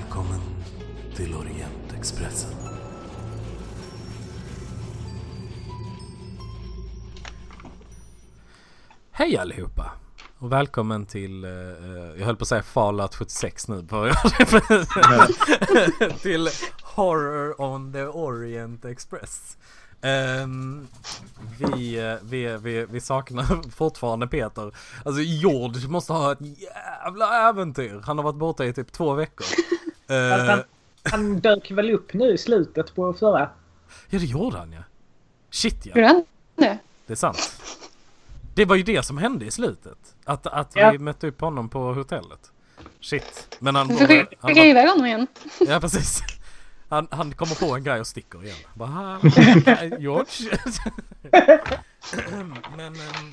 Välkommen till Orientexpressen. Hej allihopa och välkommen till jag höll på att säga Fallout 76 nu på till Horror on the Orient Express. Vi saknar fortfarande Peter. Alltså George måste ha ett jävla äventyr. Han har varit borta i typ 2 veckor. Han dök väl upp nu i slutet på förra. Ja, det gjorde han, ja. Shit, ja. Gjorde han det? Det är sant. Det var ju det som hände i slutet. Att vi mötte upp honom på hotellet. Shit. Men han fick iväg honom igen. Ja, precis. Han kommer på en grej och sticker igen. Bara, George. Men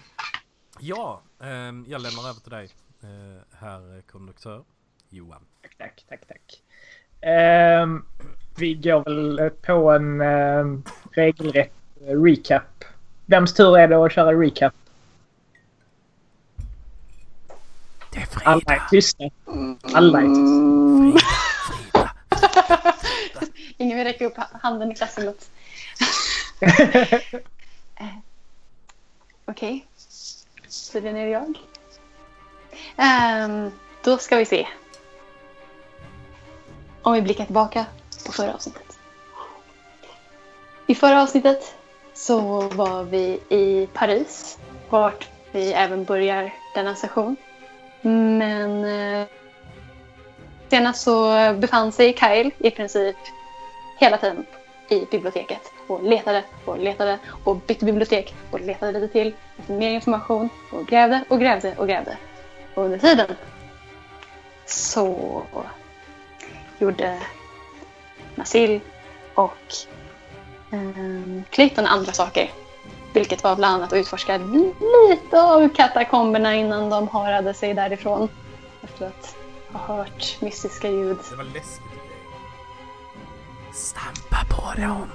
jag lämnar över till dig, herr konduktör Johan. Tack. Vi går väl på en regelrätt recap. Vems tur är det att köra recap? Det är Frida. Alla är tysta. Frida. Ingen vill räcka upp handen i klassrummet. Okej. Så den är jag. Då ska vi se. Om vi blickar tillbaka på förra avsnittet. I förra avsnittet så var vi i Paris. Vart vi även börjar denna session. Men senast så befann sig Kyle i princip hela tiden i biblioteket. Och letade och bytte bibliotek och letade lite till efter mer information och grävde. Och under tiden så gjorde Nasil och Clayton andra saker. Vilket var bland annat att utforska lite av katakomberna innan de harade sig därifrån. Efter att ha hört mystiska ljud. Det var läskigt. Stampa på dem.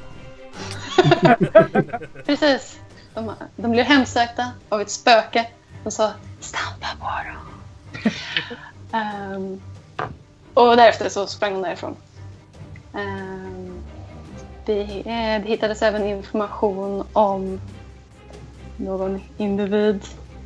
Precis. De blev hemsökta av ett spöke som sa stampa på dem. Och därefter så sprang de därifrån. Det hittades även information om någon individ.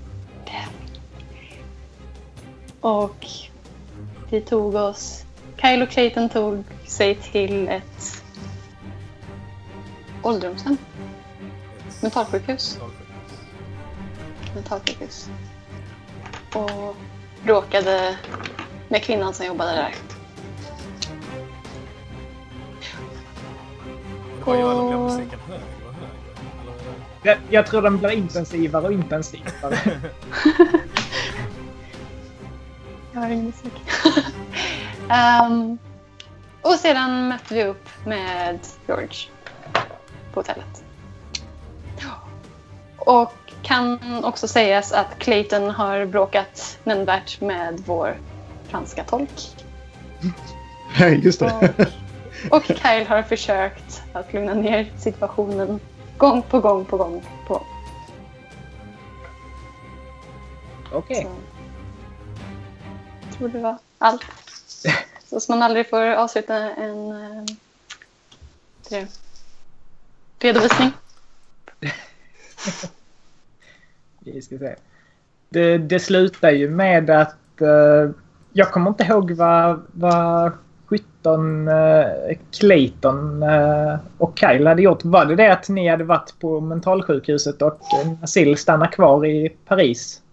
Och vi tog oss... Kyle och Clayton tog sig till ett ålderdomshem. Mentalsjukhus. Och bråkade med kvinnan som jobbade där. Vad gör de? Blir musiken högre? Jag tror den blir intensivare och intensivare. Jag har ingen musik. Och sedan mötte vi upp med George på hotellet. Och kan också sägas att Clayton har bråkat nämnvärt med vår franska tolk. Just det. Och Kyle har försökt att lugna ner situationen gång på gång. Okej. Jag tror det var allt. Så som man aldrig får avsluta en redovisning. Vi ska se. Det slutar ju med att jag kommer inte ihåg vad 17 Clayton och Kyle hade gjort. Var det att ni hade varit på mentalsjukhuset och Nasil stannar kvar i Paris?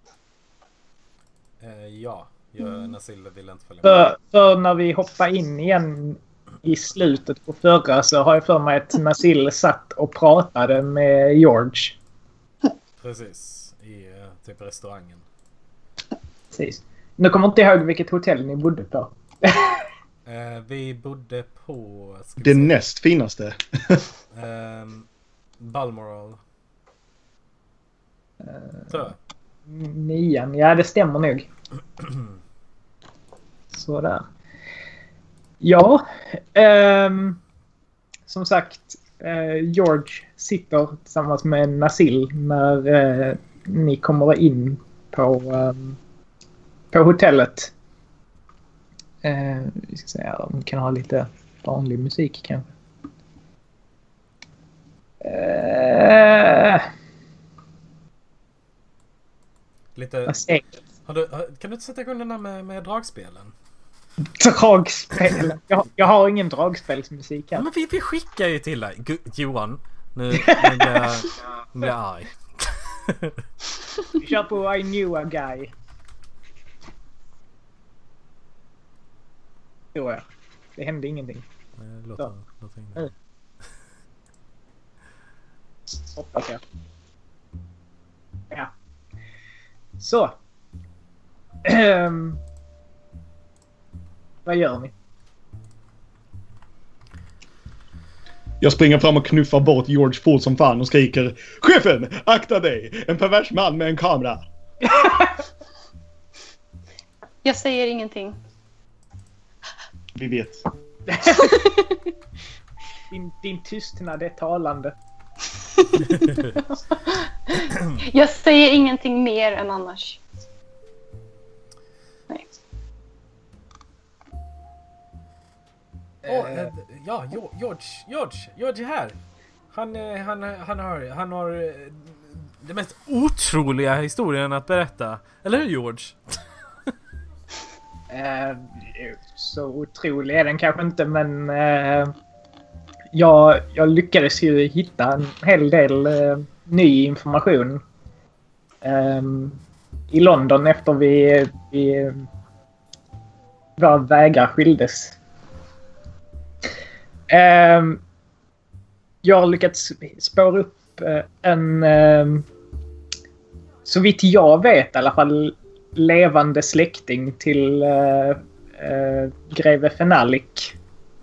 Ja, Nasil ville inte följa med. För när vi hoppar in igen i slutet på förra så har jag för mig att Nasil satt och pratade med George. Precis, i typ restaurangen. Precis. Nu kommer inte ihåg vilket hotell ni bodde på. Vi bodde på... Det näst finaste. Balmoral. Tror jag. 9. Ja, det stämmer nog. Sådär. Ja. Som sagt, George sitter tillsammans med Nasil när ni kommer in på hotellet. Vi ska säga om vi kan ha lite vanlig musik kanske. Lite... Kan du inte sätta igång den här med dragspelen? Dragspel? Jag har ingen dragspelsmusik här. Ja, men vi skickar ju till dig. Johan, nu blir jag arg. Vi kör på I knew a guy. Jo, ja. Det hände ingenting. Låter ingenting. Hoppas jag. Ja. Så. Vad gör ni? Jag springer fram och knuffar bort George fort som fan och skriker: Chefen, akta dig! En pervers man med en kamera! Jag säger ingenting. Vi vet. Din tystnad är talande. Jag säger ingenting mer än annars. Nej. Ja, George är här. Han har det mest otroliga historien att berätta. Eller hur, George? Så otrolig är den kanske inte, men jag lyckades ju hitta en hel del ny information i London efter våra vägar skildes. Jag har lyckats spåra upp en så vitt jag vet i alla fall levande släkting till greve Fenalik.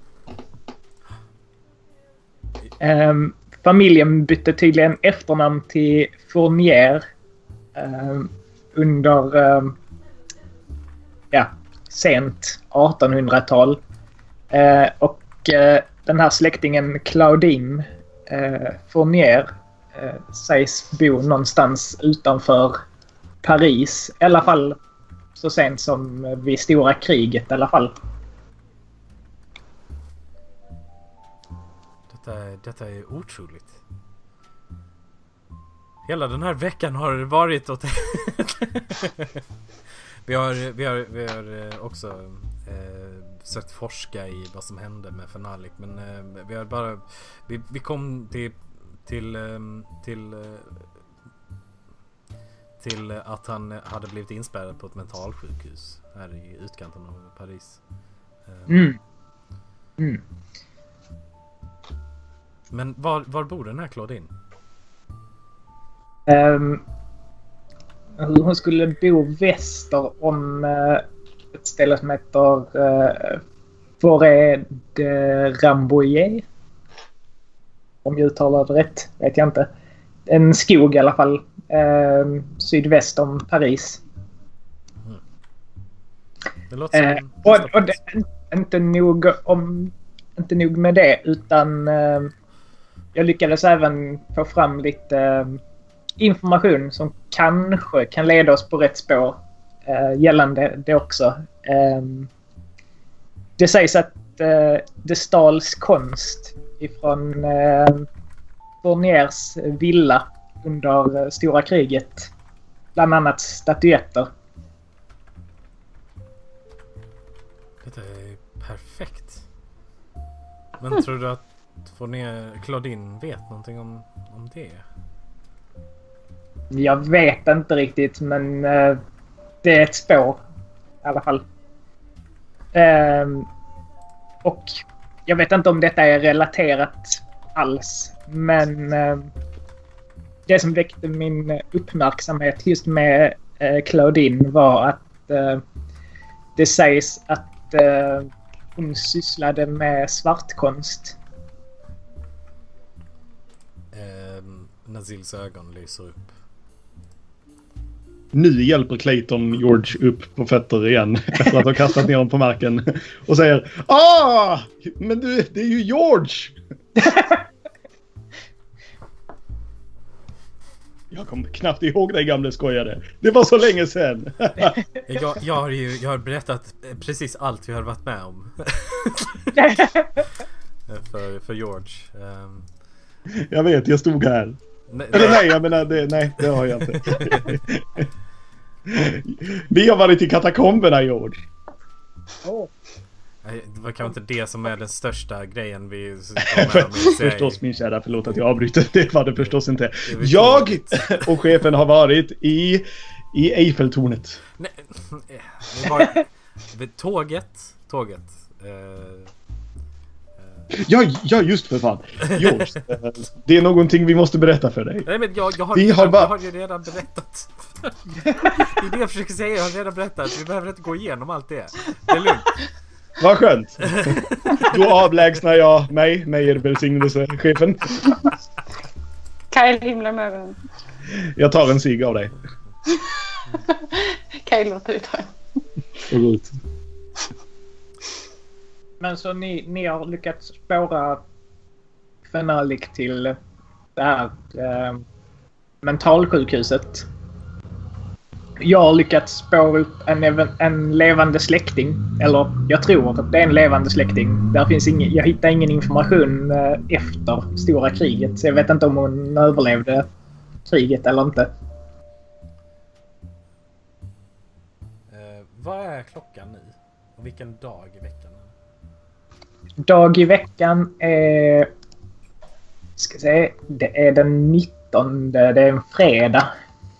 Familjen bytte tydligen efternamn till Fournier under sent 1800-tal. Och den här släktingen Claudine Fournier sägs bo någonstans utanför Paris. I alla fall så sent som vid stora kriget i alla fall. Detta är otroligt. Hela den här veckan har det varit åt... vi har också försökt forska i vad som hände med Fenalik, men vi har bara vi kom till att han hade blivit inspärrad på ett mentalsjukhus här i utkanten av Paris. Men var bor den här Claudine? Hon skulle bo väster om ett ställe som heter Forêt de Rambouillet. Om jag uttalar det rätt, vet jag inte. En skog i alla fall. Sydväst om Paris. Det låter som... och det, inte nog med det, utan jag lyckades även få fram lite information som kanske kan leda oss på rätt spår gällande det också. Det sägs att det stals konst ifrån Fourniers villa under stora kriget. Bland annat statyetter. Detta är perfekt. Men tror du att Claudine vet någonting om det? Jag vet inte riktigt, men det är ett spår i alla fall. Och jag vet inte om detta är relaterat alls, men det som väckte min uppmärksamhet just med Claudine var att det sägs att hon sysslade med svartkonst. Nazils ögon lyser upp. Nu hjälper Clayton George upp på fötter igen efter att ha kastat ner honom på marken och säger: men det är ju George! Jag kommer knappt ihåg dig, gamle skojare. Det var så länge sedan. Jag har berättat precis allt vi har varit med om. för George. Jag vet, jag stod här. Nej, jag menar, det har jag inte. Vi har varit i katakomberna, George. Det var kanske inte det som är den största grejen vi förstås, min kära, förlåt att jag avbryter. Det var det förstås inte. Jag och chefen har varit i Eiffeltornet. Nej, det var tåget. Ja, just för fan. George, det är någonting vi måste berätta för dig. Nej, men jag har ju redan berättat. Det är det jag försöker säga. Jag har redan berättat. Vi behöver inte gå igenom allt det. Det är lugnt. Vad skönt. Då avlägsnar jag mig med er välsignelse, chefen. Kyle himlar med ögonen. Jag tar en cigg av dig. Kyle låter ut här. Och gå ut. Men så ni har lyckats spåra Fenalik till det här mentalsjukhuset. Jag har lyckats spåra upp en levande släkting. Eller jag tror att det är en levande släkting. Där finns jag hittar ingen information efter stora kriget. Så jag vet inte om hon överlevde kriget eller inte. Vad är klockan nu? Och vilken dag i veckan? Dag i veckan är... Ska se, det är den 19. Det är en fredag.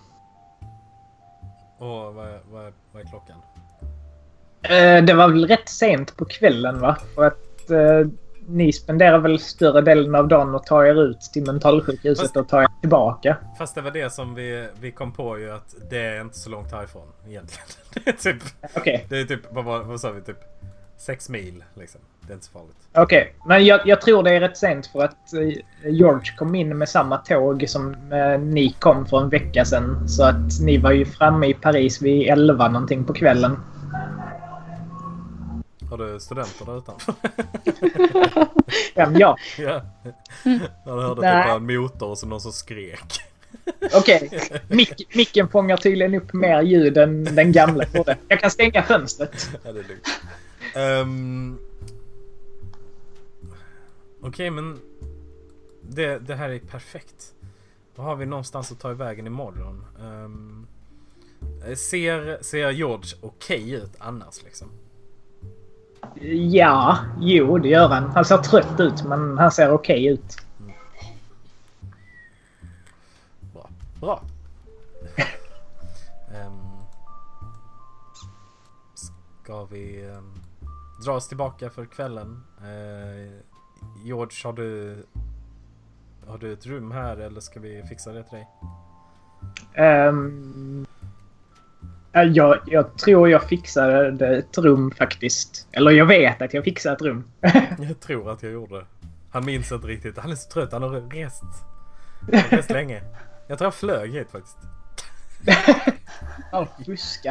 Och vad är klockan? Det var väl rätt sent på kvällen, va? För att ni spenderar väl större delen av dagen och tar er ut till mentalsjukhuset och tar er tillbaka. Fast det var det som vi kom på ju, att det är inte så långt härifrån egentligen. Det är typ... Okej. Det är typ, vad sa vi? Typ 6 mil liksom. Det är inte så farligt. Okej, men jag tror det är rätt sent för att George kom in med samma tåg som ni kom för en vecka sedan. Så att ni var ju framme i Paris vid 11 någonting på kvällen. Har du studenter där utanför? Ja. Ja. Jag hörde typ en motor och så någon som skrek. Okej, micken fångar tydligen upp mer ljud än den gamla. Jag kan stänga fönstret. Ja, det är lugnt. Okej, men det här är perfekt. Då har vi någonstans att ta i vägen imorgon. Ser George okej ut annars liksom? Ja, jo det gör han. Han ser trött ut men han ser okej ut. Bra. Ska vi dra oss tillbaka för kvällen? George, har du ett rum här eller ska vi fixa det till dig? Jag tror jag fixade ett rum faktiskt. Eller jag vet att jag fixade ett rum. Jag tror att jag gjorde. Han minns inte riktigt. Han är så trött. Han har rest länge. Jag tror jag flög hit faktiskt. Fuska.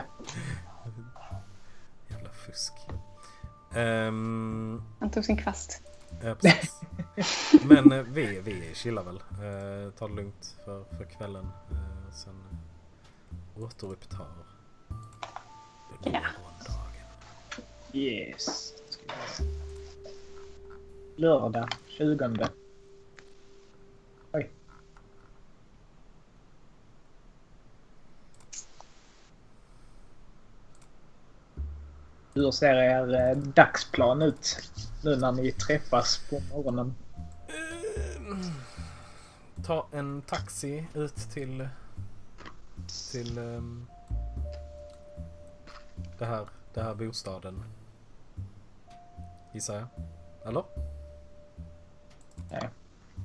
Jävla fusk. Han tog sin kvast. Ja, precis. Men vi chillar väl. Ta det lugnt för kvällen. Sen återupptar morgondagen. Yes. Lördag 20. Oj. Hur ser er dagsplan ut nu när ni träffas på morgonen? Ta en taxi ut till det här bostaden. Gissar jag. Eller? Nej.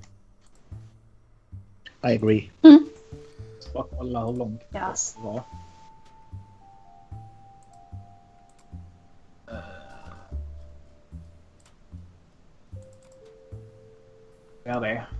I agree. Bara kolla hur långt det var. Ja, det är.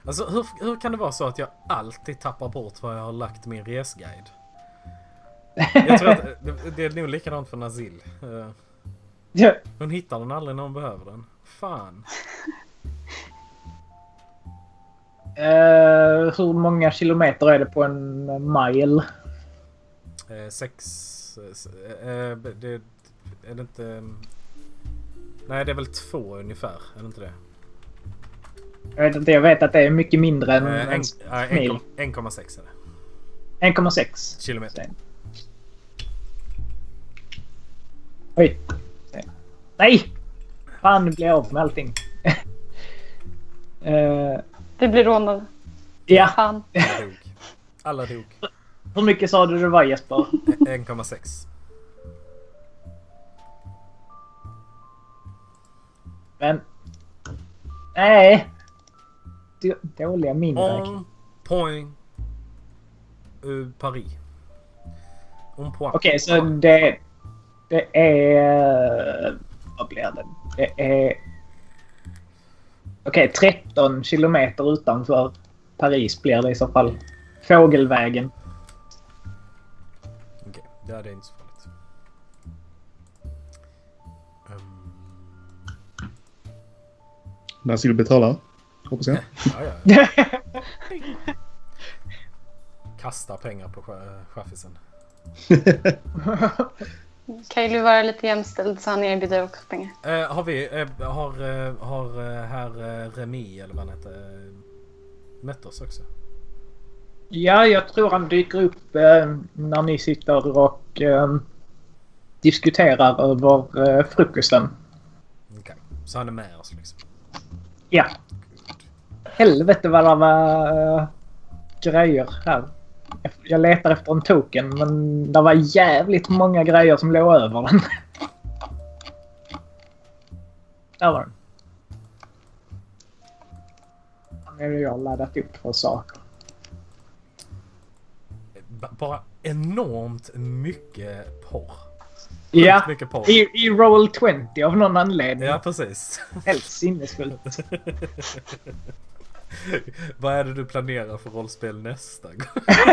Alltså hur kan det vara så att jag alltid tappar bort var jag har lagt min resguide? Jag tror att det är nog likadant för Nazil. Hon hittar den aldrig när hon behöver den. Fan. Hur många kilometer är det på en mile? 6. Det är det inte... Nej, det är väl 2 ungefär. Är det inte det? Jag vet att det är mycket mindre än 1,6 är det. 1,6 kilometer. Oj. Nej! Fan, nu blir jag av med allting. Det blir rånad. Ja. Fan. Alla dog. Hur mycket sa du det var, Jesper? 1,6. Men... Nej! Dåliga mindre. On point. Paris. On point. Okej, så det är... Vad blir det? Det är... Okej, 13 kilometer utanför Paris blir det i så fall. Fågelvägen. Okej, det är inte så farligt. När ska du betala? Hoppas jag. Ja. Kasta pengar på chaffisen. Kan ju vara lite jämställd så han erbjuder också pengar. Har herr Remi eller vad han heter mött oss också? Ja, jag tror han dyker upp när ni sitter och diskuterar över frukosten. Okej, så han är med oss liksom. Ja. Helvete vad det var grejer här. Jag letar efter en token, men det var jävligt många grejer som låg över den. Där var den. Nu har jag laddat upp för saker. Bara enormt mycket porr. Ja, mycket porr. I Roll 20 av någon anledning. Ja, precis. Helt sinnesfullt. Vad är det du planerar för rollspel nästa gång?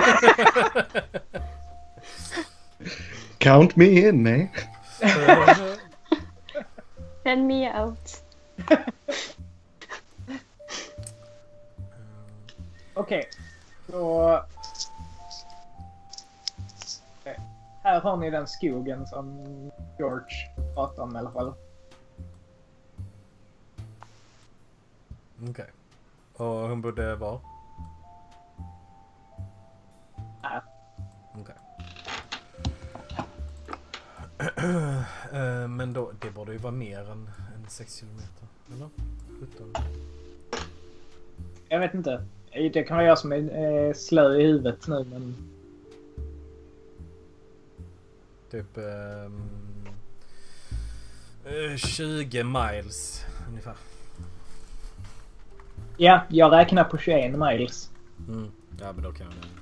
Count me in, nej. Send me out. Okej, så... Här har ni den skogen som George pratar om i alla fall. Okej. Och hon bodde var? Här. Okej. Men då, det borde ju vara mer än 6 kilometer. Eller? 17. Jag vet inte. Det kan vara jag som är slö i huvudet nu, men... Typ 20 miles ungefär. Ja, jag räknar på 21 miles. Ja, men då kan jag...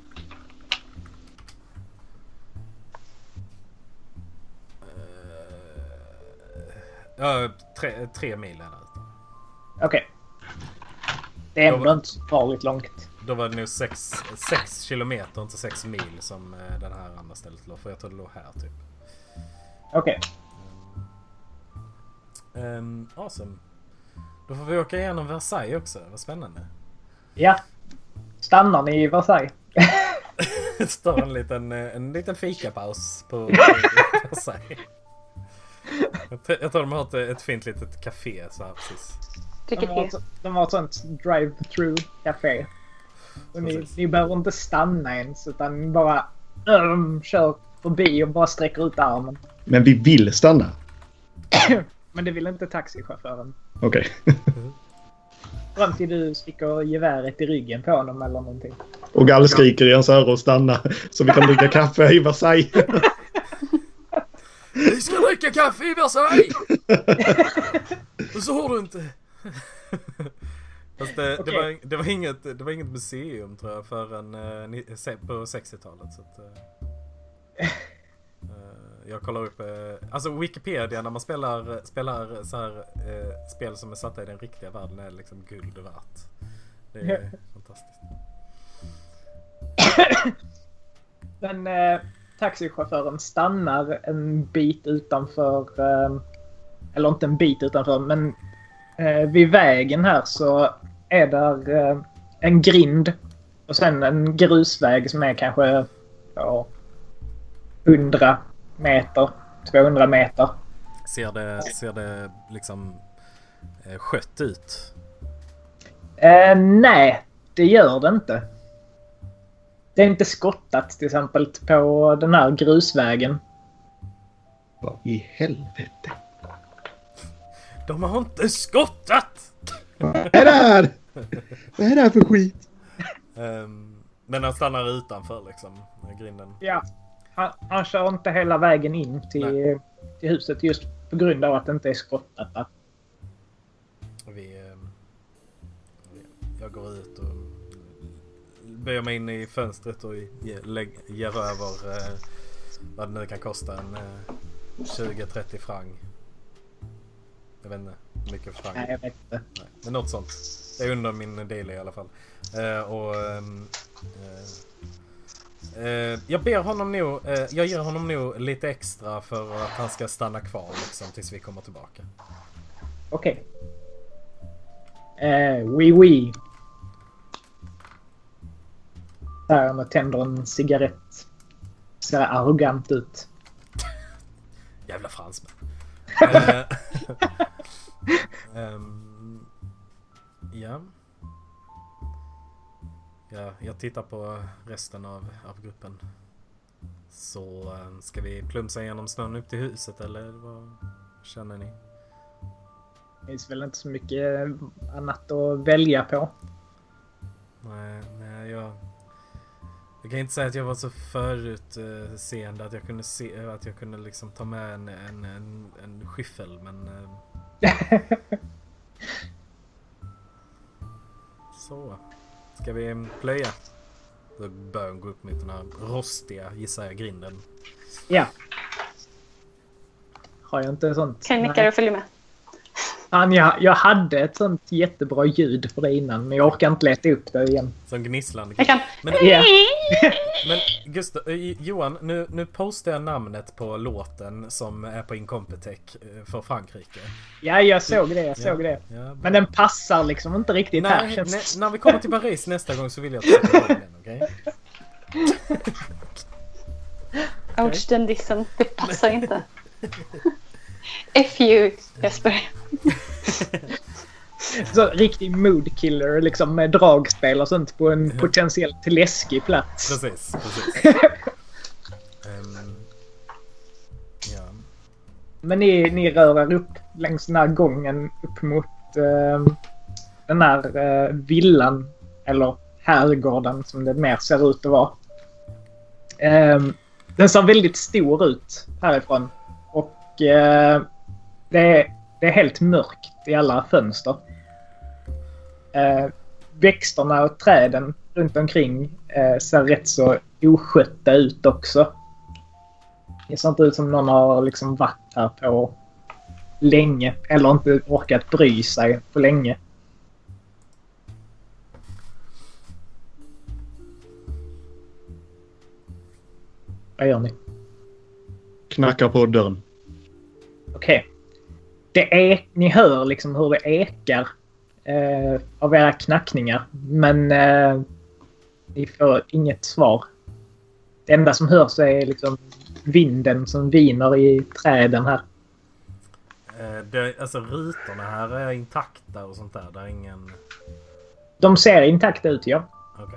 Ja, 3 mil är det. Okej. Det är ändå inte så farligt långt. Då var det nog 6 kilometer, inte 6 mil som den här andra stället låg. För jag tror det låg här typ. Okej. Awesome. Då får vi åka igenom Versailles också. Vad spännande. Ja. Stannar ni i Versailles? Det står en liten fikapaus på Versailles. Jag tror de har ett fint litet café så här precis. De har ett sånt drive-through café. Och ni behöver inte stanna ens, utan bara kör förbi och bara sträcker ut armen. Men vi vill stanna. Men det vill inte taxichauffören. Okej. Fram till du sticker geväret i ryggen på honom eller någonting. Och Gall skriker i hans öron stanna så vi kan dricka kaffe i Versailles. Vi ska dricka kaffe i Versailles! Och så har du inte. Fast det var inget museum tror jag förrän på 60-talet så att, jag kollar upp alltså Wikipedia när man spelar så här spel som är satta i den riktiga världen är liksom guld värt. Det är fantastiskt. Men taxichauffören stannar en bit utanför, eller inte en bit utanför, men vid vägen här så är där en grind och sen en grusväg som är kanske 100 meter, 200 meter. Ser det liksom skött ut? Nej, det gör det inte. Det är inte skottat till exempel på den här grusvägen. Vad i helvete? De har inte skottat! Vad är det här? Vad är det här för skit? Men han stannar utanför liksom, grinden. Ja, han kör inte hela vägen in till huset just på grund av att det inte är skottat. Jag går ut och böjer mig in i fönstret och ger över vad det nu kan kosta, en 20-30 franc. Jag vet inte hur mycket franc. Nej, jag vet inte. Nej, men något sånt. Det är under min del i alla fall. Jag ber honom nog, jag ger honom nog lite extra för att han ska stanna kvar liksom, tills vi kommer tillbaka. Okej. Oui. Där han tänder en cigarett. Ser arrogant ut. Jävla fransmän. Ja, jag tittar på resten av gruppen. Så ska vi plumsa igenom snön upp till huset eller vad känner ni? Det finns väl inte så mycket annat att välja på. Nej, jag kan inte säga att jag var så förutseende att jag kunde se att jag kunde liksom ta med en skyffel, men så ska vi plöja. Då börjar jag gå upp mot den här rostiga, gissar jag, grinden. Ja. Har jag inte sånt? Kan nicka och följa med? Jag hade ett sånt jättebra ljud för det innan, men jag orkar inte leta upp det igen. Som gnisslande. Jag kan. Men Gustav, Johan, nu postar jag namnet på låten som är på Incompetech för Frankrike. Ja, jag såg det. Ja, men den passar liksom inte riktigt här. När vi kommer till Paris nästa gång så vill jag sätta igång den, okej? Ouch, den dissen. Det passar inte. F you, Jesper. Så riktig mood killer liksom, med dragspel och sånt på en potentiellt läskig plats. Precis. Ja. Men ni rör upp längs den här gången upp mot den här villan eller herrgården som det mer ser ut att vara. Den ser väldigt stor ut härifrån och det är helt mörkt i alla fönster. Växterna och träden runt omkring ser rätt så oskötta ut också. Det ser inte ut som någon har liksom varit här på länge eller inte orkat bry sig på länge. Vad gör ni? Knackar på dörren. Okej. Ni hör liksom hur det ekar av era knackningar, men ni får inget svar. Det enda som hörs är liksom vinden som viner i träden här. Alltså rutorna här är intakta och sånt där. Det är ingen... De ser intakta ut, ja. Okej.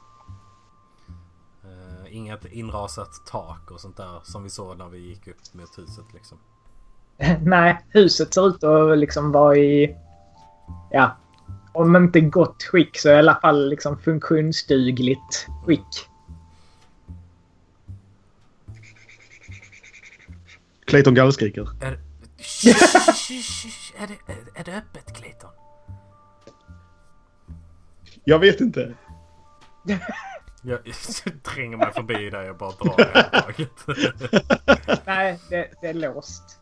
Inget inrasat tak och sånt där som vi såg när vi gick upp mot huset liksom. Nej, huset ser ut att liksom vara i, ja, om inte gott skick så i alla fall liksom funktionsdugligt skick. Clayton gallskriker. Är det öppet, Clayton? Jag vet inte. Jag tränger mig förbi där, jag bara drar det taget. Nej, det är låst.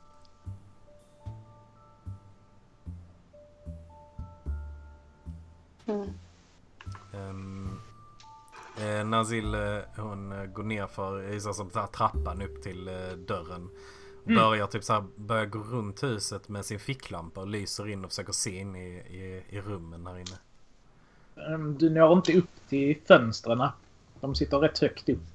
Nazil hon går ner för som så här, trappan upp till dörren. Börjar typ så här, börjar gå runt huset med sin ficklampa och lyser in och försöker se in i rummen här inne. Du når inte upp till fönstren. De sitter rätt högt upp.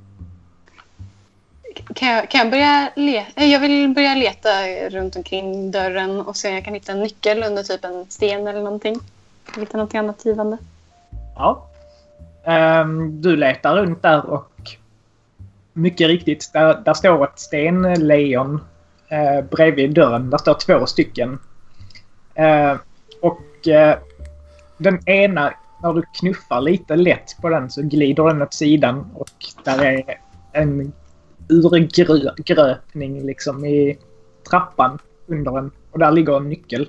Kan jag börja leta? Jag vill börja leta runt omkring dörren och se om jag kan hitta en nyckel under typ en sten eller någonting. Hitta något annat givande. Ja. Du letar runt där och mycket riktigt, där står ett stenlejon bredvid dörren. Där står 2 stycken. Den ena, när du knuffar lite lätt på den så glider den åt sidan och där är en urgröpning liksom i trappan under den. Och där ligger en nyckel.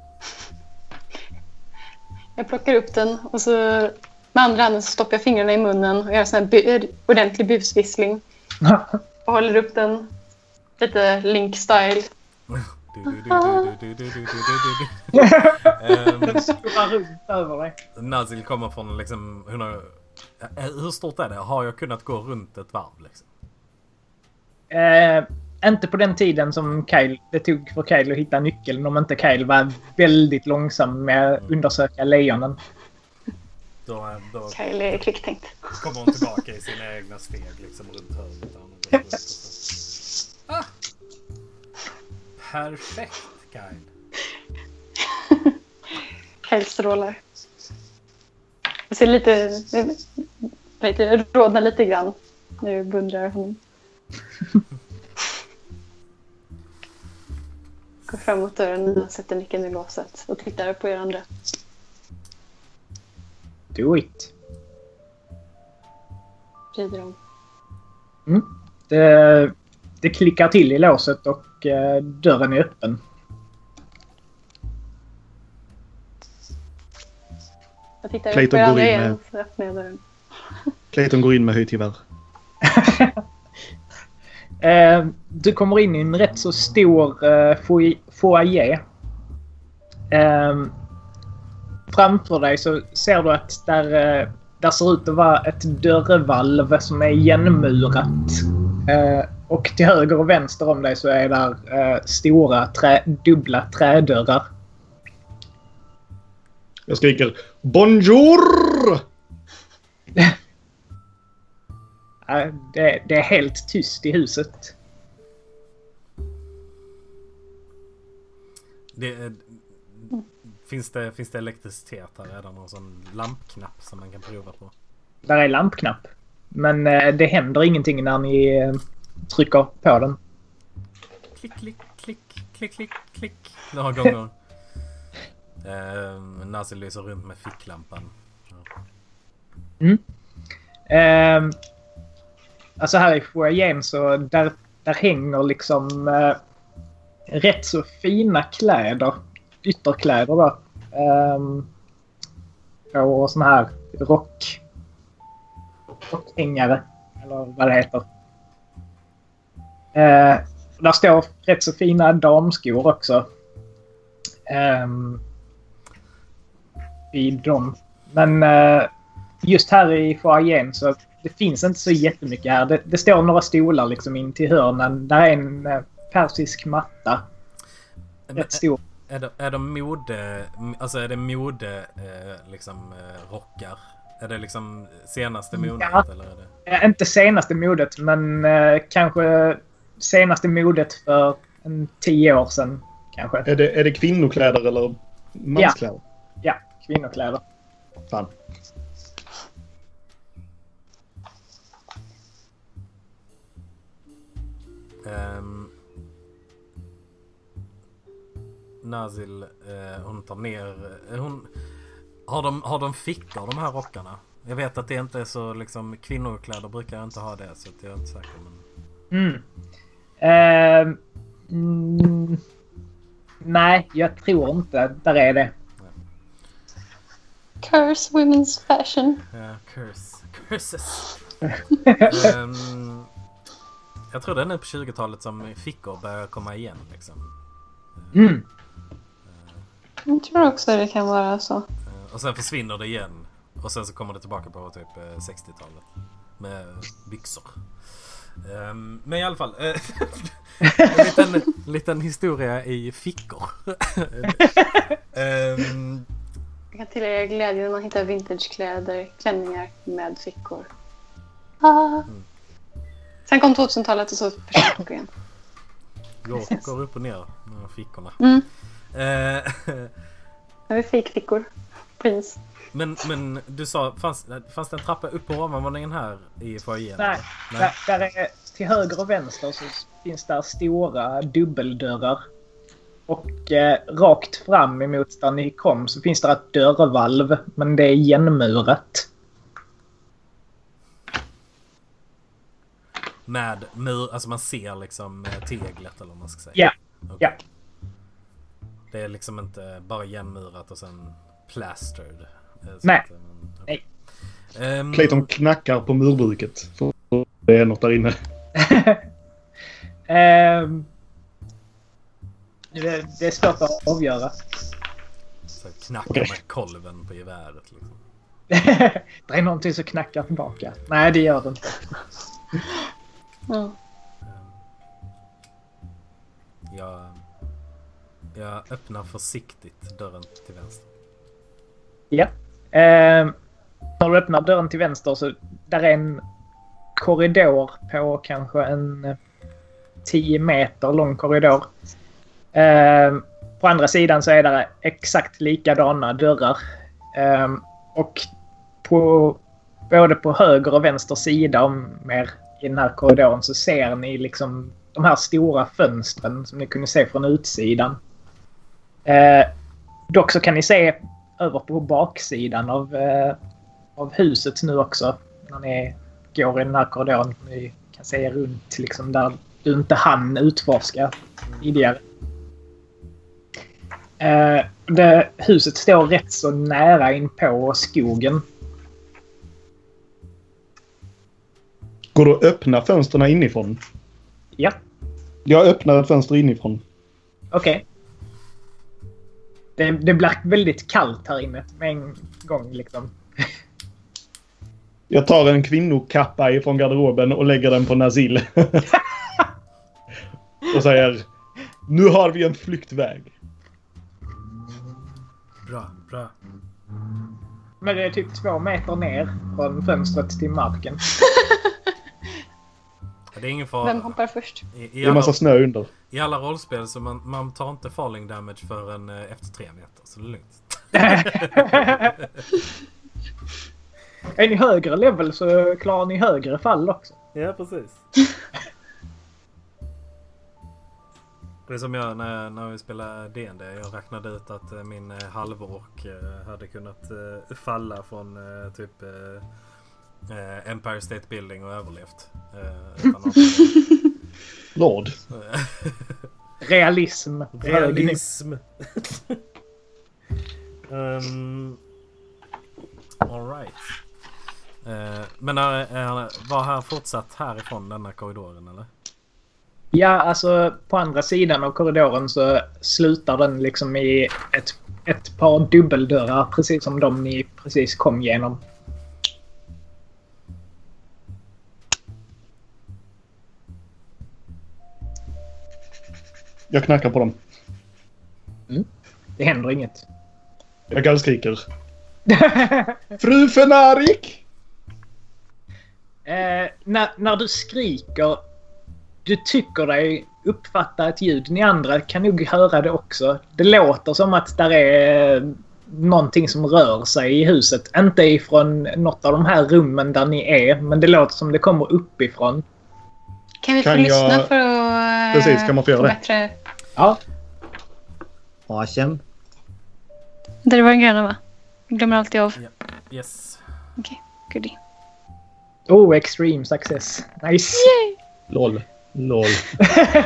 Jag plockar upp den och så med andra handen så stoppar jag fingrarna i munnen och gör en sån här ordentlig busvissling. Och håller upp den lite Link-style. Snurrar runt över dig. Nazil kommer från liksom... hur stort är det? Har jag kunnat gå runt ett varv liksom? Inte på den tiden som Kyle, det tog för Kyle att hitta nyckeln, om inte Kyle var väldigt långsam med att undersöka lejonen. Då Kyle är kvicktänkt. kommer hon tillbaka i sina egna steg liksom runt hörnet. Perfekt, Kyle. Kyle strålar. Jag ser lite rodna lite grann när jag beundrar honom. Går fram mot dörren och sätter nyckeln i låset och tittar på er andra. Do it. Vrider om. Det klickar till i låset och dörren är öppen. Jag tittar Clayton upp på er andra går in igen med- så öppnar jag dörren. Clayton går in med högtivär. Du kommer in i en rätt så stor foyer. Framför dig så ser du att där ser ut att vara ett dörrvalv som är igenmurat. Och till höger och vänster om dig så är där stora dubbla trädörrar. Jag skriker Bonjour! Det är helt tyst i huset. Finns det elektricitet här redan? Någon sån lampknapp som man kan prova på? Där är lampknapp. Men det händer ingenting när ni trycker på den. Klick, klick, klick, klick, klick, klick. Några gånger. Nazil lyser runt med ficklampan. Alltså här i foajén så där hänger liksom rätt så fina kläder. Ytterkläder då. Och sån här rockhängare. Eller vad det heter. Där står rätt så fina damskor också. I dem. Men just här i foajén så det finns inte så jättemycket här. Det står några stolar liksom in till hörnen. Där är en persisk matta. Rätt stor. Är de mode, alltså är det mode liksom rockar? Är det liksom senaste modet eller är det? Inte senaste modet men kanske senaste modet för 10 år sedan kanske. Är det kvinnokläder eller manskläder? Ja, kvinnokläder. Fan. Nazil, hon tar ner... Har de fickor, de här rockarna? Jag vet att det inte är så... Liksom, kvinnokläder brukar inte ha det, så jag är inte säker. Men... nej, jag tror inte. Där är det. Curse women's fashion. Ja, curses. Jag tror det är nu på 20-talet som fickor börjar komma igen, liksom. Jag tror också det kan vara så. Och sen försvinner det igen. Och sen så kommer det tillbaka på typ 60-talet. Med byxor. Men i alla fall. En liten historia i fickor. Jag kan tillägga glädjen när man hittar vintagekläder, klänningar med fickor. Sen kom 2000-talet och så försvann igen. Jag går upp och ner med fickorna. Vi fick fickor. Pris. Men du sa, fanns det en trappa upp på ovanvåningen här i foajén? Nej. Där är, till höger och vänster så finns där stora dubbeldörrar. Och rakt fram emot där ni kom så finns det ett dörrvalv, men det är igenmurat. Med mur, alltså man ser liksom teglet eller vad man ska säga. Ja. Okay. Ja. Det är liksom inte bara igenmurat och sen plastered. Nej. Okay. Clayton knackar på murbruket. Det är något där inne. Det är svårt att avgöra. Så knackar med kolven på geväret liksom. Det är någonting som knackar tillbaka. Nej, det gör det inte. Jag öppnar försiktigt dörren till vänster. Ja. När du öppnar dörren till vänster så där är en korridor på kanske en 10 meter lång korridor. På andra sidan så är det exakt likadana dörrar. Och både på höger och vänster sida mer i den här korridoren så ser ni liksom de här stora fönstren som ni kunde se från utsidan. Dock så kan ni se över på baksidan av huset nu också när ni går i den här korridoren. Ni kan se runt liksom där du inte hann utforska tidigare. Huset står rätt så nära in på skogen. Går det att öppna fönsterna inifrån? Ja. Jag öppnar ett fönster inifrån. Okej. Det blir väldigt kallt här inne med en gång liksom. Jag tar en kvinnokappa ifrån garderoben och lägger den på Nazil. Och säger: nu har vi en flyktväg. Bra. Men det är typ 2 meter ner från fönstret till marken. Det är ingen fara. Vem hoppar först? Det är en massa snö under. I alla rollspel så man tar inte falling damage förrän efter 3 meter. Så det är lugnt. Är ni högre level så klarar ni högre fall också. Ja, precis. Det är som jag när vi spelade D&D. Jag räknade ut att min halvork hade kunnat falla från typ Empire State Building och överlevt. Lord. Realism. All right. Men var här fortsatt härifrån denna korridoren eller? Ja, alltså på andra sidan av korridoren så slutar den liksom i ett par dubbeldörrar precis som de ni precis kom igenom. Jag knackar på dem. Det händer inget. Jag gallskriker. Fru Fenarik! När du skriker, du tycker dig uppfatta ett ljud. Ni andra kan nog höra det också. Det låter som att där är någonting som rör sig i huset. Inte ifrån något av de här rummen där ni är, men det låter som det kommer uppifrån. Kan vi få lyssna för att Precis, kan man få göra det? Bättre... Ja. Haken. Där var den gröna, va? Jag glömmer alltid av. Ja. Yes. Okej, goodie. Oh, extreme success. Nice. Yay! Lol.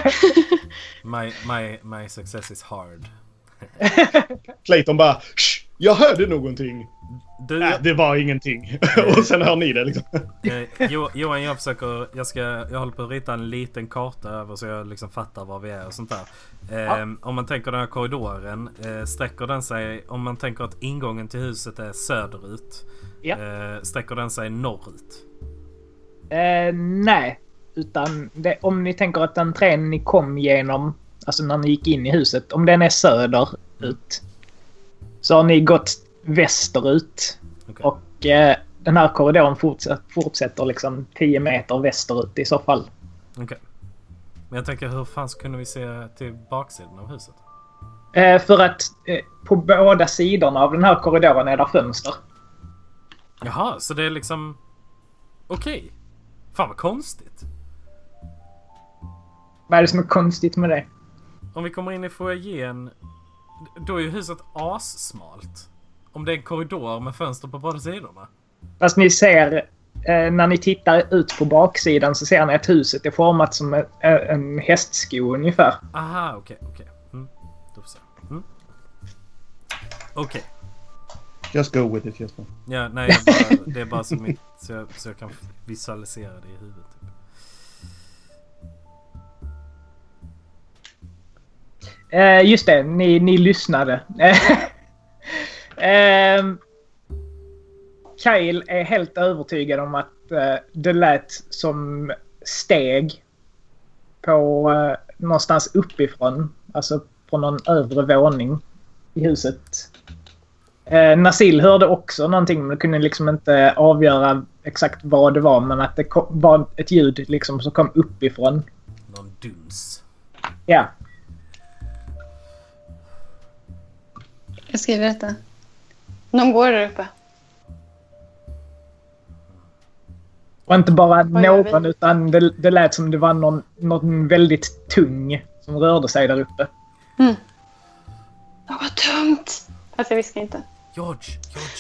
My success is hard. Clayton bara: shh, Jag hörde någonting. Det var ingenting. Och sen hör ni det liksom. Johan, jag håller på att rita en liten karta över så jag liksom fattar var vi är och sånt där. Om man tänker den här korridoren, sträcker den sig, om man tänker att ingången till huset är söderut, sträcker den sig norrut? Nej, utan om ni tänker att entrén ni kom igenom, alltså när ni gick in i huset, om den är söderut så har ni gått västerut. Okay. Och den här korridoren fortsätter liksom 10 meter västerut i så fall. Okej. Okay. Men jag tänker, hur fan kunde vi se till baksidan av huset? För att på båda sidorna av den här korridoren är där fönster. Jaha, så det är liksom... Okej. Fan vad konstigt. Vad är det som är konstigt med det? Om vi kommer in i foajén, då är ju huset assmalt. Om det är en korridor med fönster på båda sidorna. Fast ni ser, när ni tittar ut på baksidan så ser ni att huset är format som en hästsko ungefär. Aha, okej. Då får jag se. Okej. Just go with it, Jesper. Ja, nej, det är bara så jag kan visualisera det i huvudet. Just det, ni lyssnade. Kyle är helt övertygad om att det lät som steg på någonstans uppifrån, alltså på någon övre våning i huset. Nasil hörde också någonting, men kunde liksom inte avgöra exakt vad det var, men att det var ett ljud liksom som kom uppifrån. Någon duns. Ja. Jag skriver detta. Någon går där uppe. Och inte bara någon, utan det lät som det var någon väldigt tung som rörde sig där uppe. Något tungt. Fast jag viskar inte. George.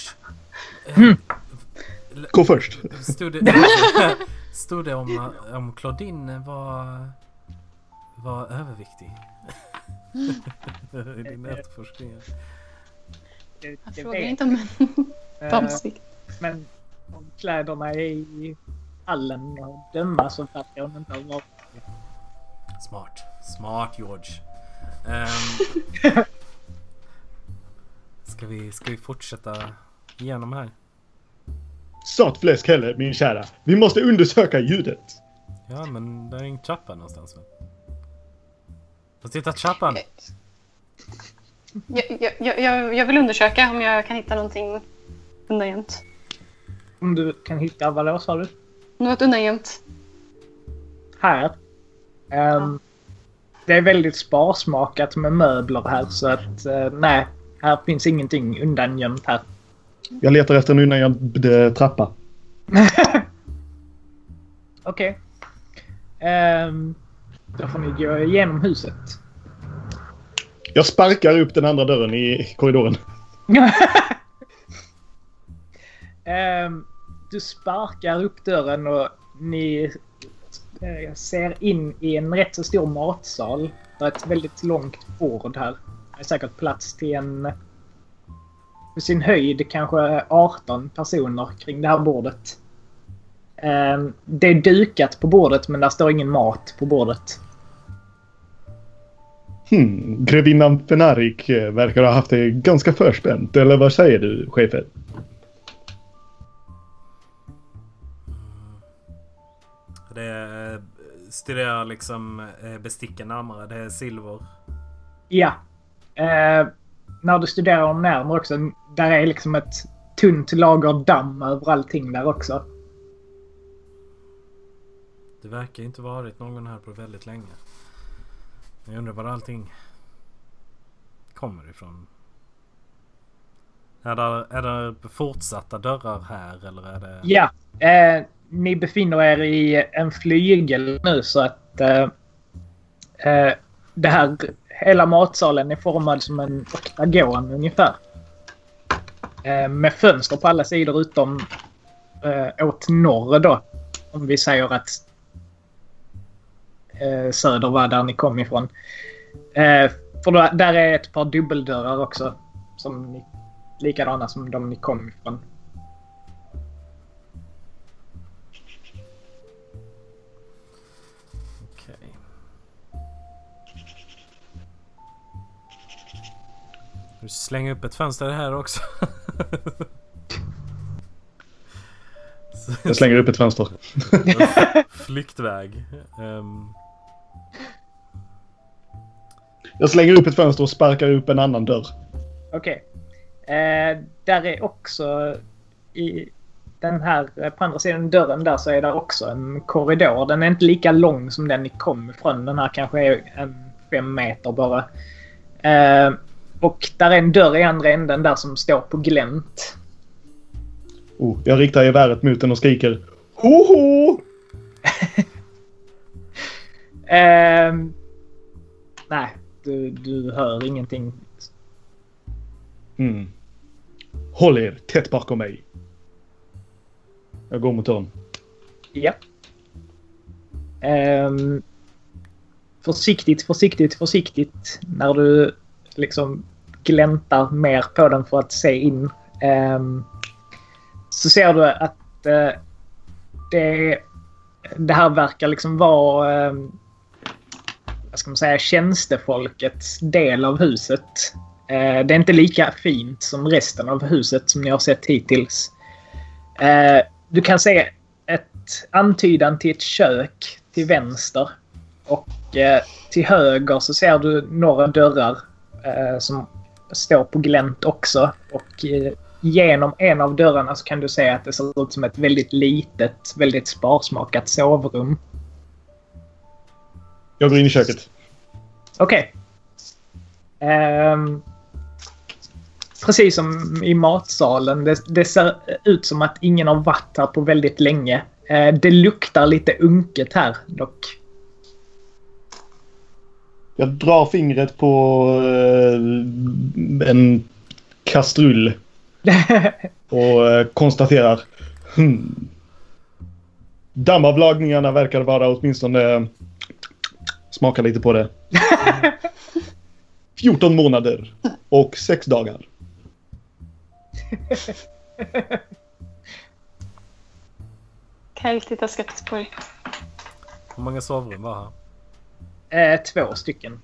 Gå först. Stod det om Claudine var överviktig? I din efterforskning. Jag frågar inte om bamsvikt. Men om kläderna är i hallen och döma så verkar hon inte ha varit. Smart George. Ska vi fortsätta igenom här? Snart fläsk heller, min kära. Vi måste undersöka ljudet. Ja, men det är ingen trappa någonstans. Fast titta trappan. Jag vill undersöka om jag kan hitta någonting undangömt. Om du kan hitta, vad då sa du? Något undangömt. Här. Det är väldigt sparsmakat med möbler här, så att nej, här finns ingenting undangömt här. Jag letar efter en undangömd trappa. Okej. Då får ni gå igenom huset. Jag sparkar upp den andra dörren i korridoren. Du sparkar upp dörren och ni ser in i en rätt så stor matsal. Det är ett väldigt långt bord här. Det är säkert plats till på sin höjd kanske 18 personer kring det här bordet. Det är dukat på bordet, men där står ingen mat på bordet. Grevinnan Fenarik verkar ha haft det ganska förspänt. Eller vad säger du, chefen? Det studerar liksom besticken närmare. Det är silver. Ja. När du studerar dem närmare också, där är liksom ett tunt lager damm över allting där också. Det verkar inte varit någon här på väldigt länge. Jag undrar var allting kommer ifrån. Är det fortsatta dörrar här eller är det... Ja, ni befinner er i en flygel nu, så att det här, hela matsalen är formad som en oktagon ungefär. Med fönster på alla sidor utom åt norr då. Om vi säger att söder var där ni kom ifrån. För då, där är ett par dubbeldörrar också som ni likadana som de ni kom ifrån. Okej. Du slänger upp ett fönster här också. Jag slänger upp ett fönster. Flyktväg. Jag slänger upp ett fönster och sparkar upp en annan dörr. Okej. Där är också i den här på andra sidan dörren där så är det också en korridor. Den är inte lika lång som den ni kom ifrån. Den här kanske är 5 meter bara. Och där är en dörr i andra änden där som står på glänt. Jag riktar geväret mot den och skriker Hoho! Nej, du hör ingenting. Håll er tätt bakom mig. Jag går mot dörren. Ja. Försiktigt när du liksom gläntar mer på den för att se in. Så ser du att det här verkar liksom vara vad ska man säga, tjänstefolkets del av huset. Det är inte lika fint som resten av huset som ni har sett hittills. Du kan se ett antydan till ett kök till vänster. Och till höger så ser du några dörrar som står på glänt också. Och genom en av dörrarna så kan du se att det ser ut som ett väldigt litet, väldigt sparsmakat sovrum. Jag går in i köket. Okej. Precis som i matsalen. Det ser ut som att ingen har varit här på väldigt länge. Det luktar lite unket här dock. Jag drar fingret på en kastrull och konstaterar dammavlagningarna verkar vara åtminstone smaka lite på det. 14 månader och 6 dagar. Kyle tittar skeptiskt på dig. Hur många sovrum var här? 2 stycken.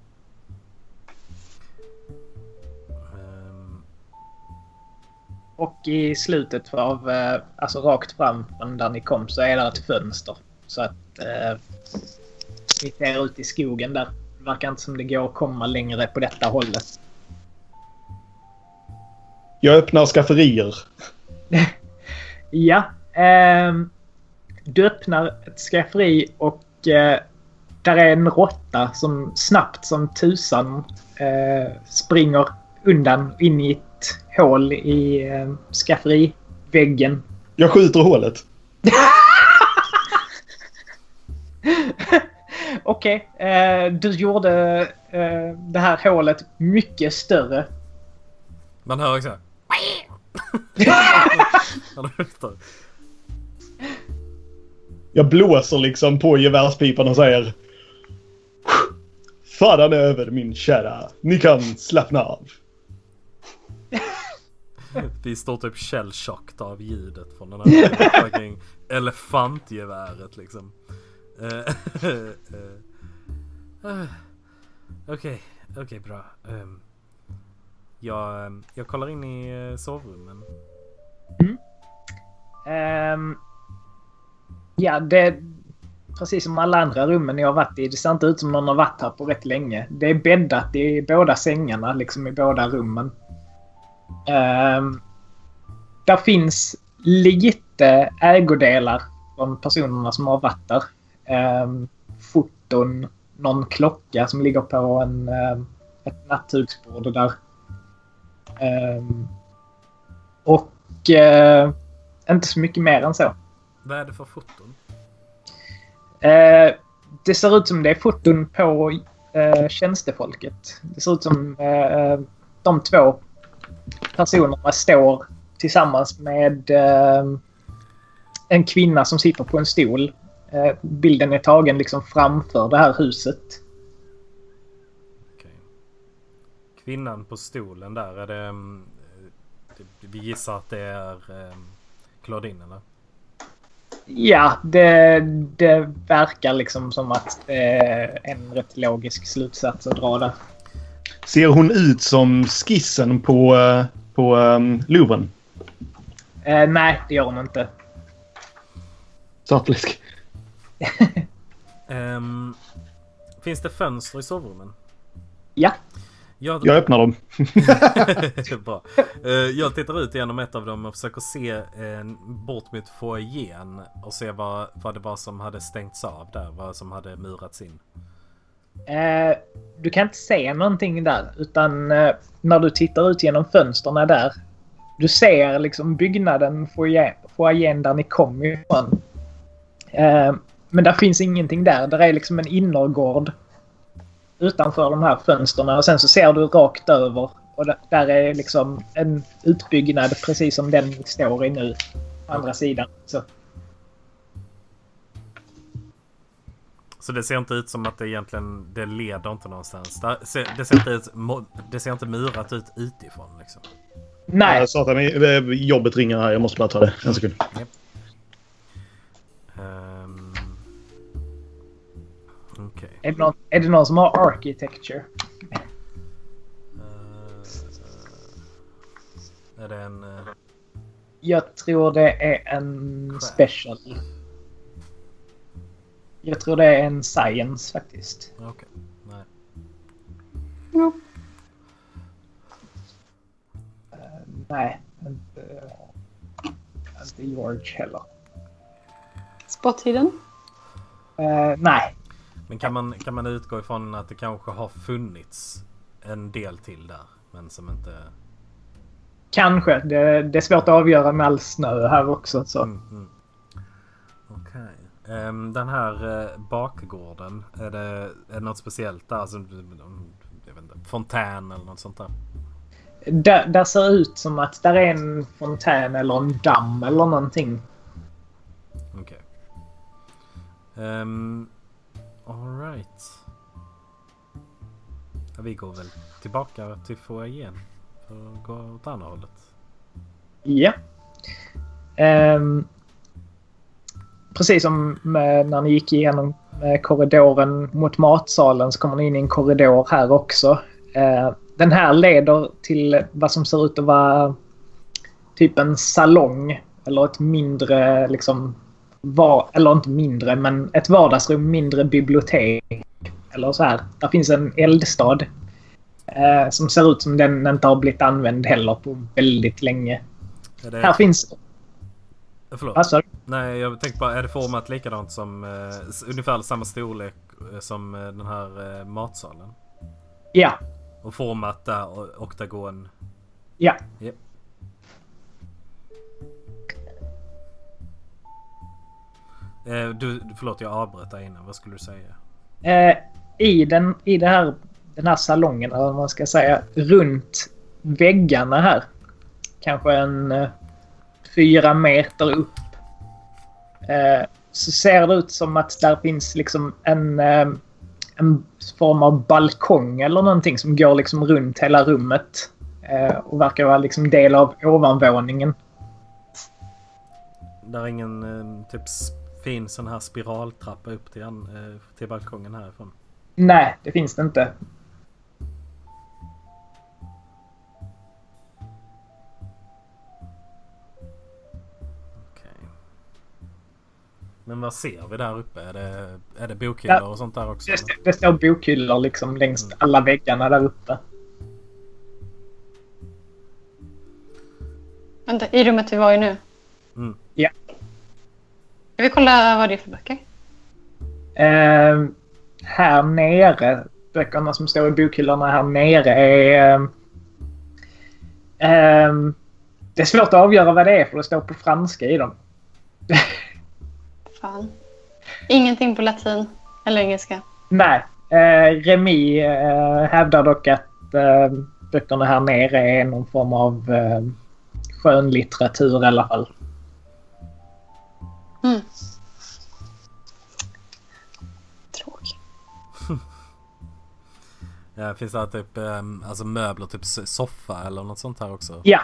Och i slutet av, alltså rakt fram från där ni kom så är det ett fönster. Så att ni ser ut i skogen där. Det verkar inte som det går att komma längre på detta hållet. Jag öppnar skafferier. Ja. Du öppnar ett skafferi och där är en råtta som snabbt som tusan springer undan in i ett hål i skafferiväggen. Jag skjuter hålet. Okej. Du gjorde det här hålet mycket större. Man hör också. Jag blåser liksom på gevärspipan och säger faran är över min kära. Ni kan slappna av. Vi står typ shell-shocked av ljudet från den här fucking elefantgeväret liksom. Okej, bra. Jag kollar in i sovrummen. Ja, det precis som alla andra rummen jag har varit i. Det ser inte ut som någon har varit här på rätt länge. Det är bäddat i båda sängarna, liksom i båda rummen. Där finns lite ägodelar från personerna som har varit där. Foton, någon klocka som ligger på ett nattduksbord där. Och inte så mycket mer än så. Vad är det för foton? Det ser ut som det är foton på tjänstefolket. Det ser ut som de 2 personerna står tillsammans med en kvinna som sitter på en stol. Bilden är tagen liksom framför det här huset. Okej. Kvinnan på stolen där, är det Vi gissar att det är Claudine, eller? Ja, det verkar liksom som att det är en rätt logisk slutsats att dra där. Ser hon ut som skissen på Louvren? Nej, det gör hon inte. Satlisk. Finns det fönster i sovrummen? Ja. Jag öppnar dem. Bra. Jag tittar ut genom ett av dem och försöker se bort mot foajén och se vad det var som hade stängts av där, vad som hade murats in. Du kan inte se någonting där, utan när du tittar ut genom fönsterna där, du ser liksom byggnaden foajén där ni kom ifrån. Men där finns ingenting där. Där är liksom en innergård utanför de här fönsterna och sen så ser du rakt över och där är liksom en utbyggnad precis som den står i nu på andra sidan. Så det ser inte ut som att det egentligen det leder inte någonstans. Det ser inte murat ut utifrån liksom. Nej. Jag sa att jobbet ringer här. Jag måste bara ta det en sekund. Yep. Okay. Är det någon som har architecture? Är det en... Jag tror det är en craft. special. Jag tror det är en science faktiskt. Okej, nej. Jo. Nej, inte George heller. Spottiden? Nej. Men kan man utgå ifrån att det kanske har funnits en del till där, men som inte... Kanske. Det är svårt att avgöra med all snö här också. Så. Okej. Den här bakgården, är det något speciellt där? Alltså, jag vet inte, fontän eller något sånt där? Där ser ut som att där är en fontän eller en damm eller någonting. Okej. All right. Ja, vi går väl tillbaka till foajén för att gå åt andra hållet. Ja. Precis som när ni gick igenom korridoren mot matsalen så kommer ni in i en korridor här också. Den här leder till vad som ser ut att vara typ en salong eller ett mindre liksom eller inte mindre men ett vardagsrum, mindre bibliotek eller så här. Där finns en eldstad som ser ut som den inte har blivit använd heller på väldigt länge. Här finns... Förlåt. Alltså, nej, jag tänkte bara, är det format likadant som ungefär samma storlek som den här matsalen? ja. Och format där oktagon? Ja. Yep. Förlåt, jag avbröt där innan. Vad skulle du säga? I den här salongen, eller vad man ska säga, runt väggarna här, kanske en 4 meter upp, så ser det ut som att där finns liksom en form av balkong eller någonting som går liksom runt hela rummet och verkar vara liksom del av ovanvåningen. Där är ingen typ fin sån här spiraltrappa upp till balkongen härifrån? Nej, det finns det inte. Okej. Men vad ser vi där uppe? Är det bokhyllor och sånt där också? Det står bokhyllor liksom längs alla väggarna där uppe. Vänta, i rummet vi var i nu? Ja. Jag vill kolla vad det är för böcker. Här nere, böckerna som står i bokhyllorna här nere är... det är svårt att avgöra vad det är för det står på franska i dem. Fan. Ingenting på latin eller engelska. Nej. Remi hävdar dock att böckerna här nere är någon form av skönlitteratur i alla fall. Mm. Tråkigt. Ja, finns det typ alltså möbler, typ soffa eller något sånt här också? Ja.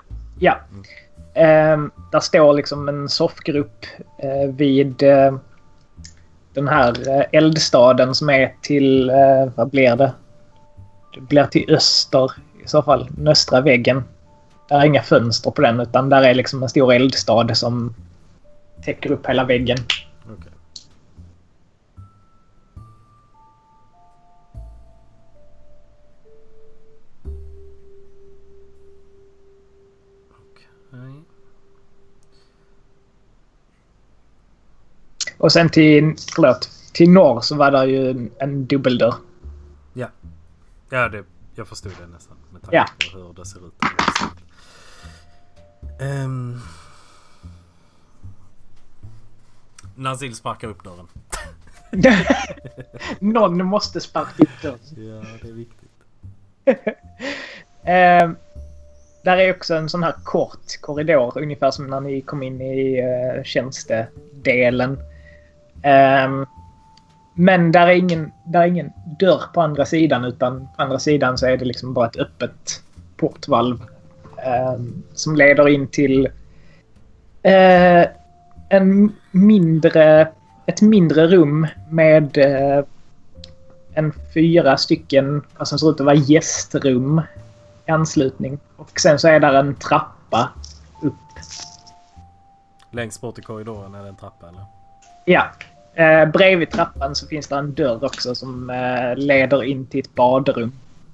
Där står liksom en soffgrupp vid den här eldstaden som är till, vad blir det? Det blir till öster i så fall, den östra väggen. Där är inga fönster på den, utan där är liksom en stor eldstad som täcker upp hela väggen. Okej. Och sen till norr så var det ju en dubbeldörr. Ja, jag förstod det nästan med tanke på hur det ser ut. Nazil sparkar upp dörren. Någon måste sparka upp dörren. Ja, det är viktigt. Där är också en sån här kort korridor, ungefär som när ni kom in i tjänstedelen. Men där är ingen dörr på andra sidan, utan på andra sidan så är det liksom bara ett öppet portvalv som leder in till ett mindre rum med 4 stycken, vad som ser ut att vara gästrum i anslutning. Och sen så är där en trappa upp. Längst bort i korridoren är det en trappa, eller? Ja. Bredvid trappan så finns det en dörr också som leder in till ett badrum.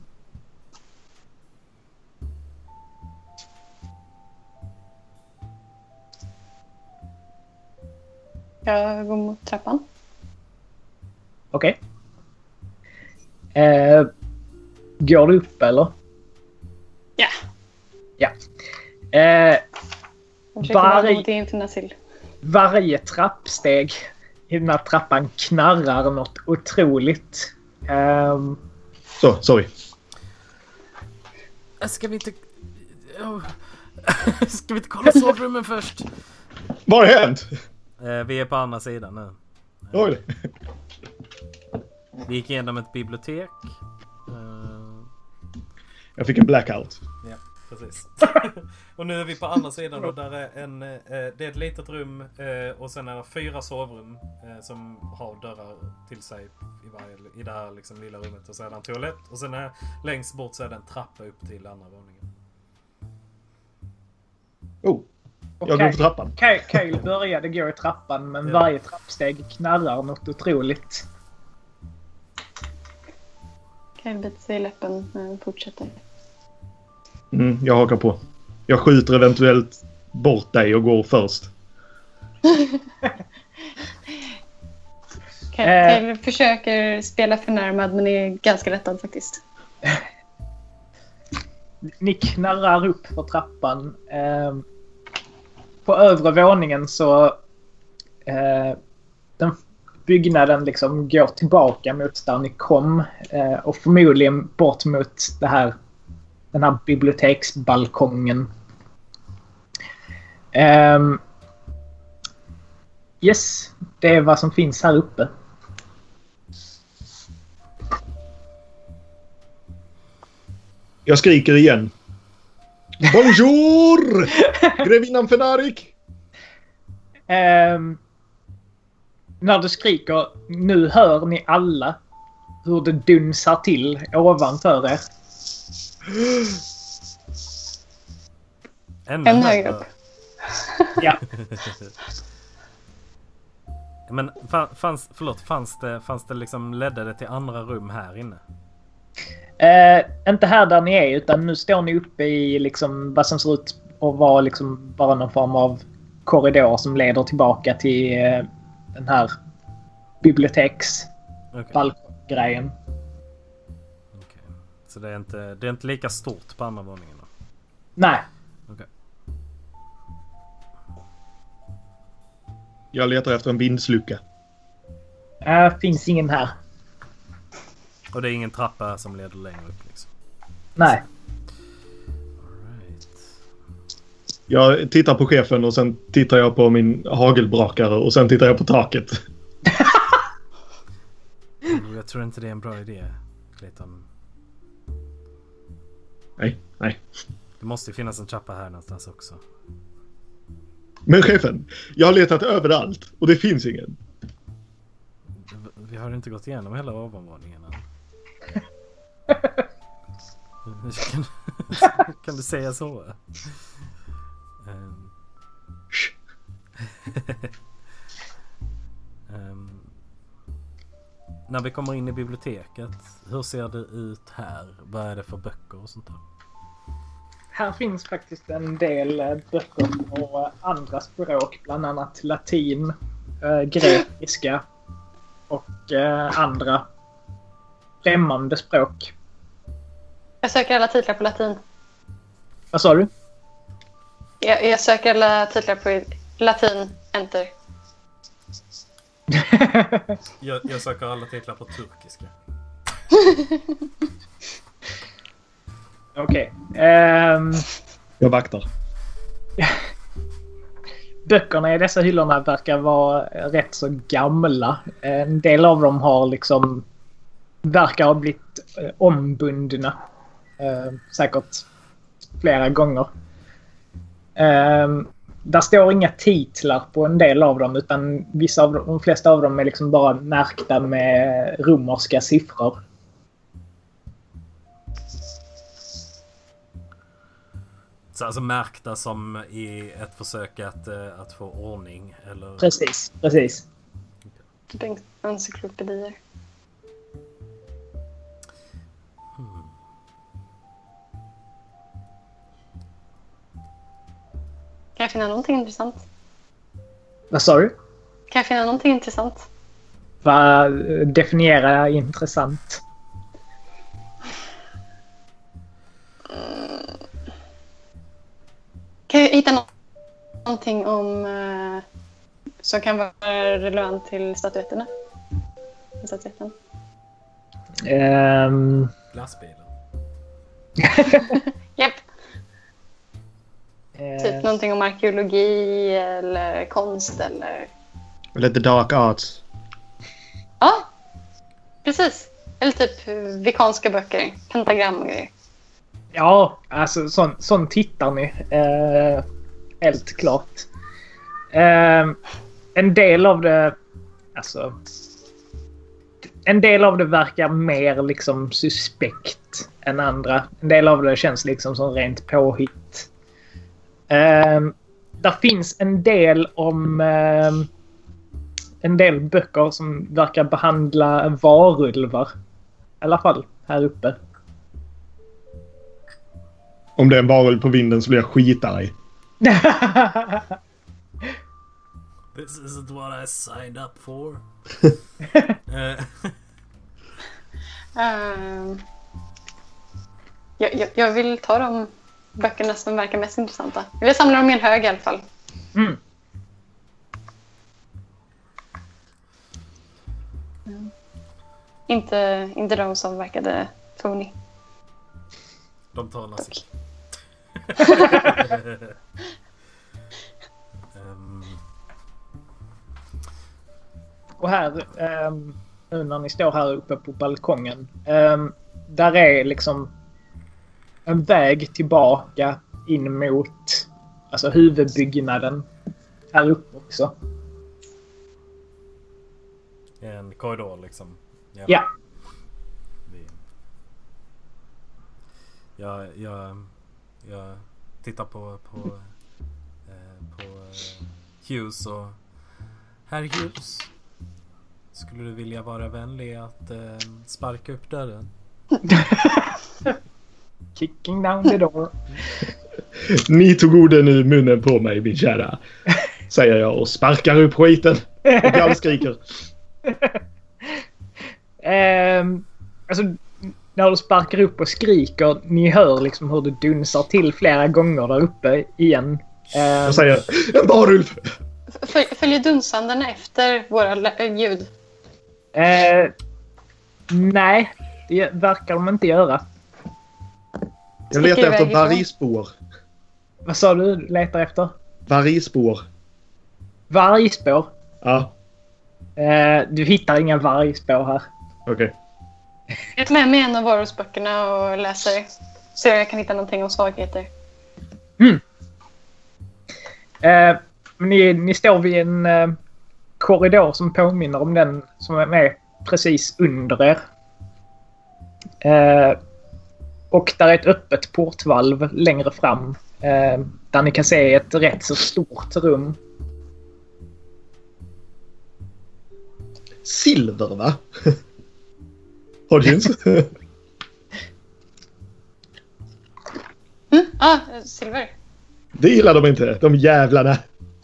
Jag går mot trappan. Okej. Går du upp eller? Ja. Ja. Jag försöker bara gå till inför Nazil. Varje trappsteg i den här trappan knarrar något otroligt. Sorry. Ska vi inte kolla sovrummen först? Vad har hänt? Vi är på andra sidan nu. Oj. Vi gick igenom ett bibliotek. Jag fick en blackout. Ja, precis. Och nu är vi på andra sidan och där är det är ett litet rum och sen är det 4 sovrum som har dörrar till sig i det här liksom lilla rummet, och så är det en toalett och sen är längst bort så är det en trappa upp till andra våningen. Jag går på trappan. Kyle började gå i trappan, men varje trappsteg knarrar något otroligt. Kyle biter sig i läppen men fortsätter. Jag hakar på. Jag skjuter eventuellt bort dig och går först. Kyle försöker spela förnärmad men är ganska lättad faktiskt. Ni knarrar upp för trappan. På övre våningen så den byggnaden liksom går tillbaka mot där ni kom och förmodligen bort mot den här biblioteksbalkongen. Yes, det är vad som finns här uppe. Jag skriker igen. Bonjour! Grevinnan Fenarik! När du skriker, nu hör ni alla hur det dunsar till ovanför er. Ännu högre upp. Ja. Men fanns det liksom, ledde det till andra rum här inne? Inte här där ni är, utan nu står ni uppe i liksom vad som ser ut att vara liksom bara någon form av korridor som leder tillbaka till den här biblioteksbalkongrejen. Okay. Så det är inte lika stort på andra våningen då? Nej. Okay. Jag letar efter en vindslucka. Finns ingen här. Och det är ingen trappa som leder längre upp liksom? Nej. Right. Jag tittar på chefen och sen tittar jag på min hagelbrakare och sen tittar jag på taket. Jag tror inte det är en bra idé, Clayton. Nej. Det måste finnas en trappa här någonstans också. Men chefen, jag har letat överallt och det finns ingen. Vi har inte gått igenom hela ovanvåningen än. Kan du säga så? När vi kommer in i biblioteket, hur ser det ut här? Vad är det för böcker och sånt där? Här finns faktiskt en del böcker på andra språk, bland annat latin, grekiska och andra främmande språk. Jag söker alla titlar på latin. Vad sa du? Jag söker alla titlar på latin. Enter. Jag söker alla titlar på turkiska. Okej. Jag vaktar. Böckerna i dessa hyllorna verkar vara rätt så gamla. En del av dem har liksom verkar ha blivit ombundna. Säkert flera gånger. Där står inga titlar på en del av dem, utan de flesta av dem är liksom bara märkta med romerska siffror. Så alltså märkta som i ett försök att få ordning, eller? Precis. Typ encyklopedier. Kan jag finna någonting intressant? Vad sa du? Kan jag finna någonting intressant? Vad definierar intressant? Kan jag hitta någonting om som kan vara relevant till statyetterna? Statyetten. Glassbilen. Japp. Typ någonting om arkeologi eller konst Eller the dark arts. Ja, precis. Eller typ vikanska böcker, pentagram och grejer. Ja, alltså sån tittar ni. Helt klart. En del av det verkar mer liksom suspekt än andra. En del av det känns liksom som rent påhitt. Där finns en del om en del böcker som verkar behandla varulvar. I alla fall här uppe. Om det är en varulv på vinden så blir jag skitarg. This isn't what I signed up for. Jag vill ta de böckerna som verkar mest intressanta. Jag vill samla dem i en hög i alla fall. Mm. Inte de som verkade phony. De tar nazist. Och här, nu när ni står här uppe på balkongen, där är liksom en väg tillbaka in mot alltså huvudbyggnaden här uppe också. En korridor liksom. Ja. Jag tittar på Hughes och Herr Hughes. Skulle du vilja vara vänlig att sparka upp dörren? Kicking down the door. Ni tog orden ur munnen på mig, min kära. Säger jag och sparkar upp skiten. Och jag skriker. Alltså, när du sparkar upp och skriker, ni hör liksom hur det dunsar till flera gånger där uppe igen. Jag säger, en varulv! Följer dunsanden efter våra ljud? Nej, det verkar de inte göra. Jag letar efter vargspår. Vad sa du letar efter? Vargspår. Vargspår? Ja. Du hittar inga vargspår här. Okej. Jag tar med mig en av varulvsböckerna och läser. Så jag kan hitta någonting om svagheter. Ni står vid en korridor som påminner om den som är med precis under er. Och där är ett öppet portvalv längre fram. Där ni kan se ett rätt så stort rum. Silver, va? Hodgins? Silver. Det gillar de inte, de jävlarna.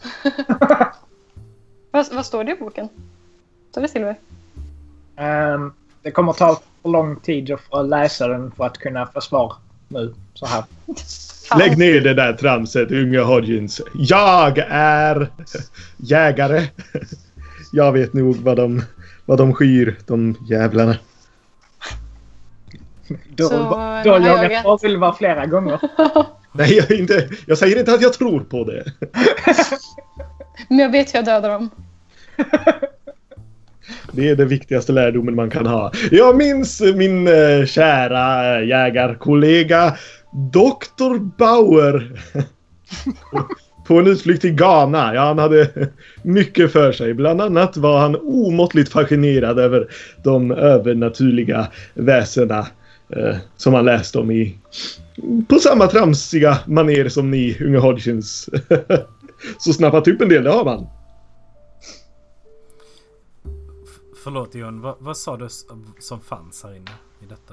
Vad står det i boken? Står det silver? Det kommer ta för lång tid att läsa den för att kunna få svar nu. Så här. Lägg ner det där tramset, unga Hodgins. Jag är jägare. Jag vet nog vad de skyr, de jävlarna. Jag vill vara flera gånger. Nej, jag säger inte att jag tror på det. Men jag vet hur jag dödar dem. Det är den viktigaste lärdomen man kan ha. Jag minns min kära jägarkollega Dr. Bauer på en utflykt till Ghana. Ja, han hade mycket för sig. Bland annat var han omåttligt fascinerad över de övernaturliga väsena som han läste om på samma tramsiga manér som ni, unga Hodgins. Så snappat upp en del, det har man. Förlåt John, vad sa du som fanns här inne i detta?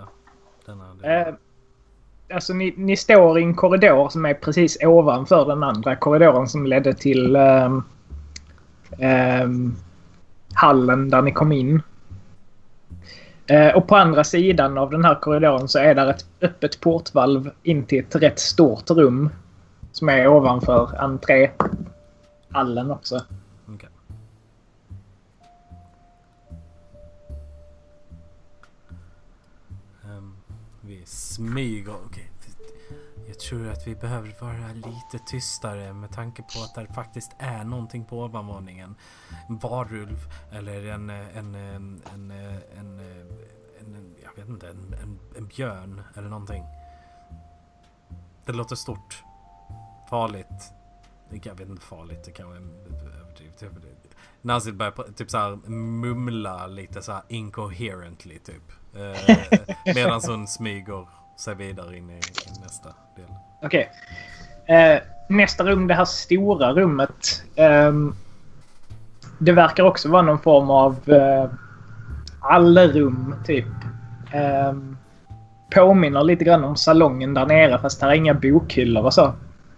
Alltså ni står i en korridor som är precis ovanför den andra korridoren som ledde till hallen där ni kom in. Och på andra sidan av den här korridoren så är där ett öppet portvalv in till ett rätt stort rum som är ovanför entréhallen också. Okay. Vi smyger. Okay. Jag tror att vi behöver vara lite tystare med tanke på att det faktiskt är någonting på ovanvåningen. En varulv eller jag vet inte, en björn eller någonting. Det låter stort. Farligt. Jag vet inte, farligt. Det kan vara överdrivet. Nazil börjar typ så här mumla lite så här incoherently typ. Medan hon smyger sig vidare in i nästa del. Okej. Nästa rum, det här stora rummet. Det verkar också vara någon form av allrum typ. Påminner lite grann om salongen där nere fast här är inga bokhyllor och så.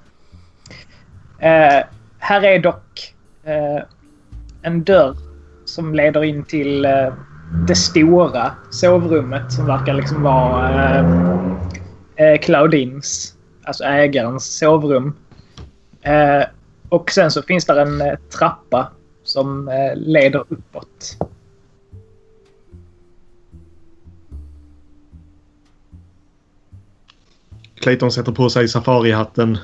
Här är dock en dörr som leder in till det stora sovrummet som verkar liksom vara Claudines, alltså ägarens sovrum. Och sen så finns där en trappa som leder uppåt. Clayton sätter på sig safarihatten.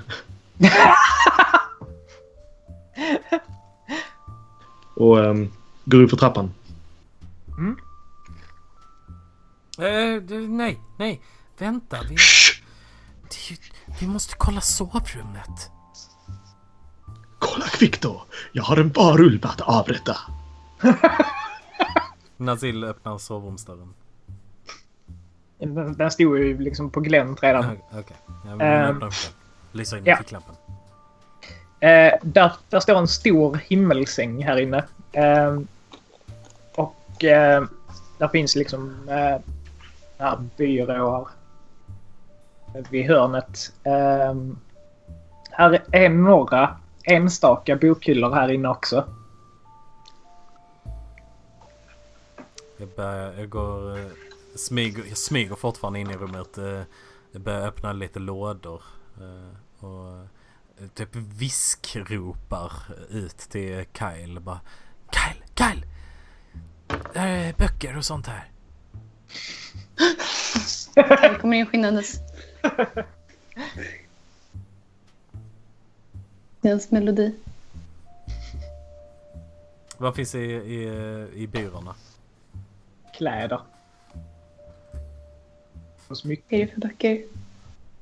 Och går upp för trappan. Nej. Vänta. Vi måste kolla sovrummet. Kolla kvickt då. Jag har en varulv att avrätta. Nazil öppnar sovrumsdörren. Den stod ju liksom på glänt redan. Okej. Okay. Lyser in i ficklampen. Där står en stor himmelsäng här inne. Och där finns liksom byråer vid hörnet. Här är några enstaka bokhyllor här inne också. Jag smyger fortfarande in i rummet. Jag börjar öppna lite lådor och typ viskropar ut till Kyle. Bara, Kyle! Där är böcker och sånt här. Jag kommer in skinnandes. Deras melodi. Vad finns i byrårna? Kläder. Och smycken. Vad är det för böcker?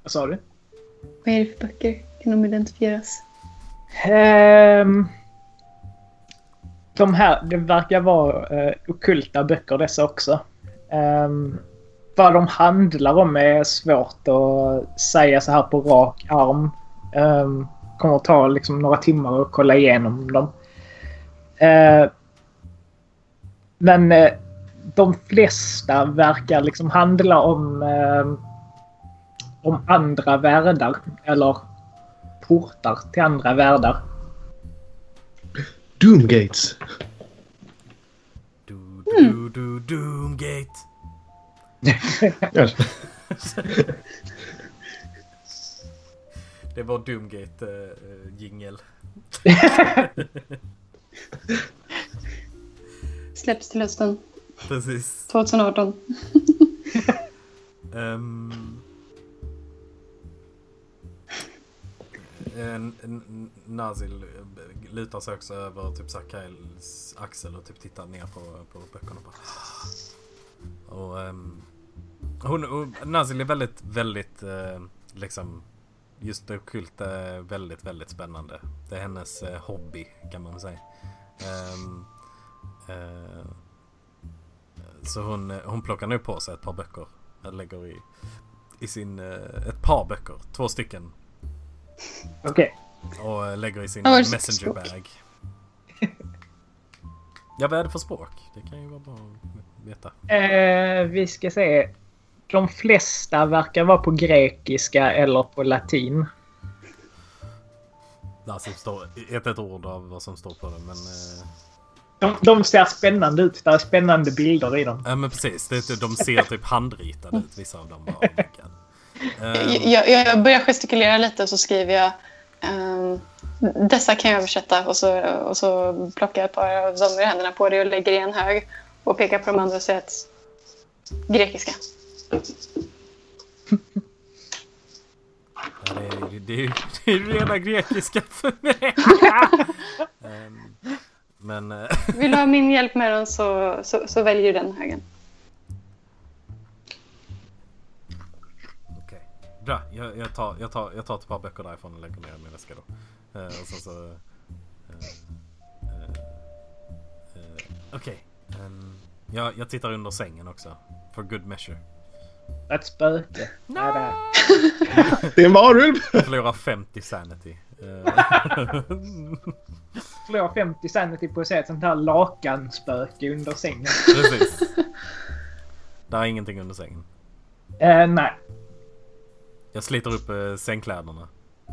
Vad sa du? Vad är det för böcker? Kan de identifieras? De här, det verkar vara ockulta böcker dessa också. Vad de handlar om är svårt att säga så här på rak arm. Kommer att ta liksom några timmar och kolla igenom dem. Men de flesta verkar liksom handla om andra världar eller portar till andra världar. Doomgates. Doomgate. Yes. Det var Doomgate jingel. Släpps till hösten. Precis. 2018. Nazil lutar sig också över typ Kails axel och typ tittar ner på böckerna och Nazil är väldigt, väldigt liksom just det ockulta är väldigt, väldigt spännande. Det är hennes hobby kan man säga. Så hon plockar nu på sig ett par böcker. Jag lägger i sin ett par böcker, 2 stycken. Okej. Och lägger i sin messenger bag. Ja, vad är det för språk? Det kan ju vara bra att veta. Vi ska se. De flesta verkar vara på grekiska eller på latin. Alltså, det står ett ord av vad som står på det, men... De ser spännande ut. Det är spännande bilder i dem. Ja, men precis. De ser typ handritade ut, vissa av dem. Jag börjar gestikulera lite och så skriver jag dessa kan jag översätta och så plockar jag ett par av dem i händerna på det och lägger i en hög och pekar på de andra och säger att grekiska. Ja, det är rena grekiska för mig. Men vill du ha min hjälp med den så väljer du den högen. Okej. Bra, jag tar ett par böcker därifrån och lägger ner min väska då. Och så okej. Jag tittar under sängen också. For good measure. Ett spöke. No! Det är en varulv. Jag förlorar 50 sanity. Förlorar 50 sanity på att se ett sånt här lakanspöke under sängen. Precis. Det är ingenting under sängen. Nej. Jag sliter upp sängkläderna.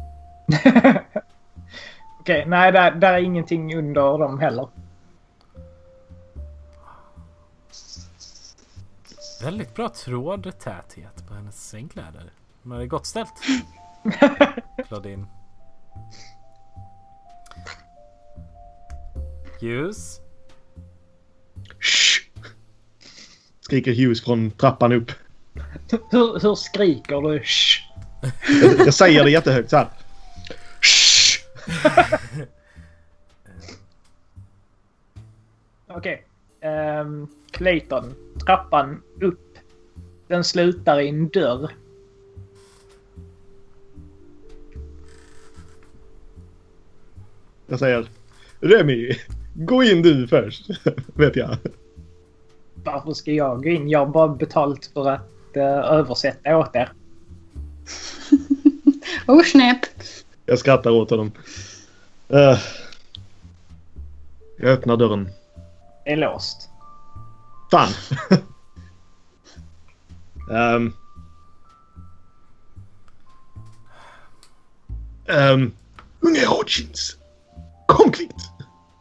Okej, nej, där är ingenting under dem heller. Väldigt bra trådtäthet på hennes sängkläder. Men det är gott ställt. Claudine. Hughes. Shh. Skriker Hughes från trappan upp. Hur skriker du? Shh. Jag säger det jättehögt så här. Shh. Okej. Clayton. Trappan upp. Den slutar i en dörr. Jag säger Remy, gå in du först. Vet jag. Varför ska jag gå in? Jag har bara betalt för att översätta åt er. Oh, snäpp. Jag skrattar åt honom. Jag öppnar dörren. Det är låst. Fan. Unge Hodgins. Kom kvickt.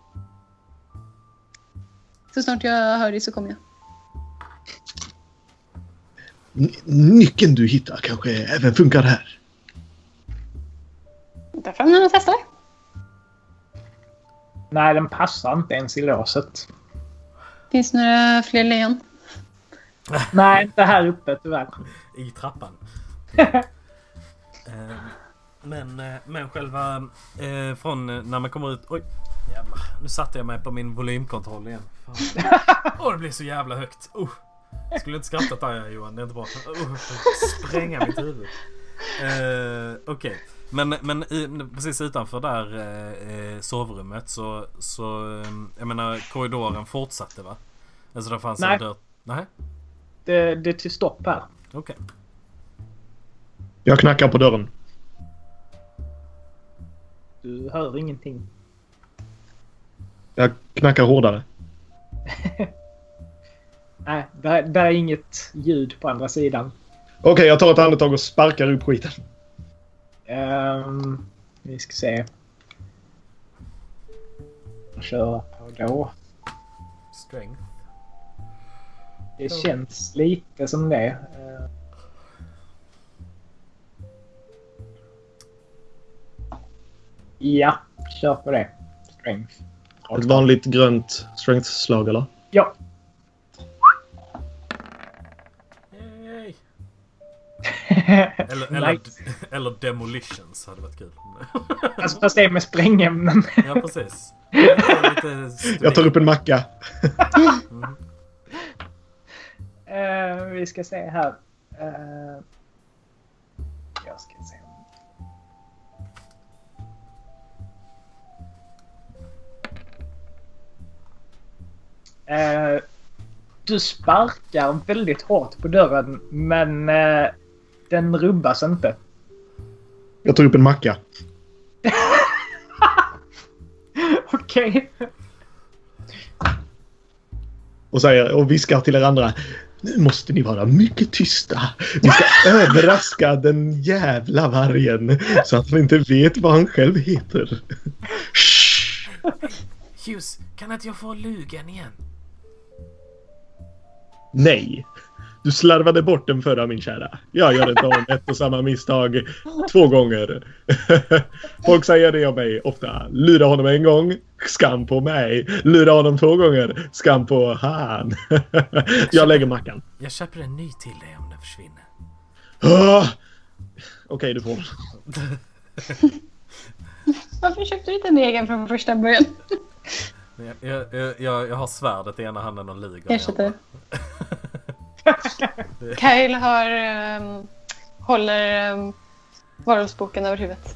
Så snart jag hör dig så kommer jag. Nyckeln du hittar kanske även funkar här. Ta fram den och testa det. Nej, den passar inte ens i låset. Finns det några fler lejon? Nej, inte här uppe tyvärr. I trappan. Men själva från när man kommer ut. Oj, jävlar. Nu satte jag mig på min volymkontroll igen. Det blir så jävla högt. Jag skulle inte skrattat där, Johan. Det är inte bra. Spränga mitt huvud. Okej. Men precis utanför där sovrummet så jag menar korridoren fortsatte, va? Alltså där fanns en dörr. Nej. Det är till stopp här. Okej. Jag knackar på dörren. Du hör ingenting. Jag knackar hårdare. Nej, där är inget ljud på andra sidan. Okej, jag tar ett andetag och sparkar upp skiten. Vi ska se. Jag kör på då. Strength. Det känns lite som det. Ja, kör på det. Strength. Ett vanligt grönt strength-slag, eller? Ja. Yay. Nice. eller demolitions hade varit kul. Alltså fast det är med sprängämnen. Ja, precis. Jag tar upp en macka. Vi ska se här. Jag ska se. Du sparkar väldigt hårt på dörren, men den rubbas inte. Jag tar upp en macka. Okej. Och viskar till er andra. Nu måste ni vara mycket tysta. Vi ska överraska den jävla vargen så att han inte vet vad han själv heter. Hughes, kan inte jag få lugen igen? Nej. Du slarvade bort den förra, min kära. Jag gör inte om ett och samma misstag 2 gånger. Folk säger det om mig ofta. Lura honom en gång, skam på mig. Lura honom 2 gånger, skam på han. Jag lägger mackan. Jag köper en ny till dig om den försvinner. Okej, du får. Varför köpte du inte en egen från första början? Jag har svärdet i ena handen och ligar. Jag köpte. Kyle håller varulvsboken över huvudet.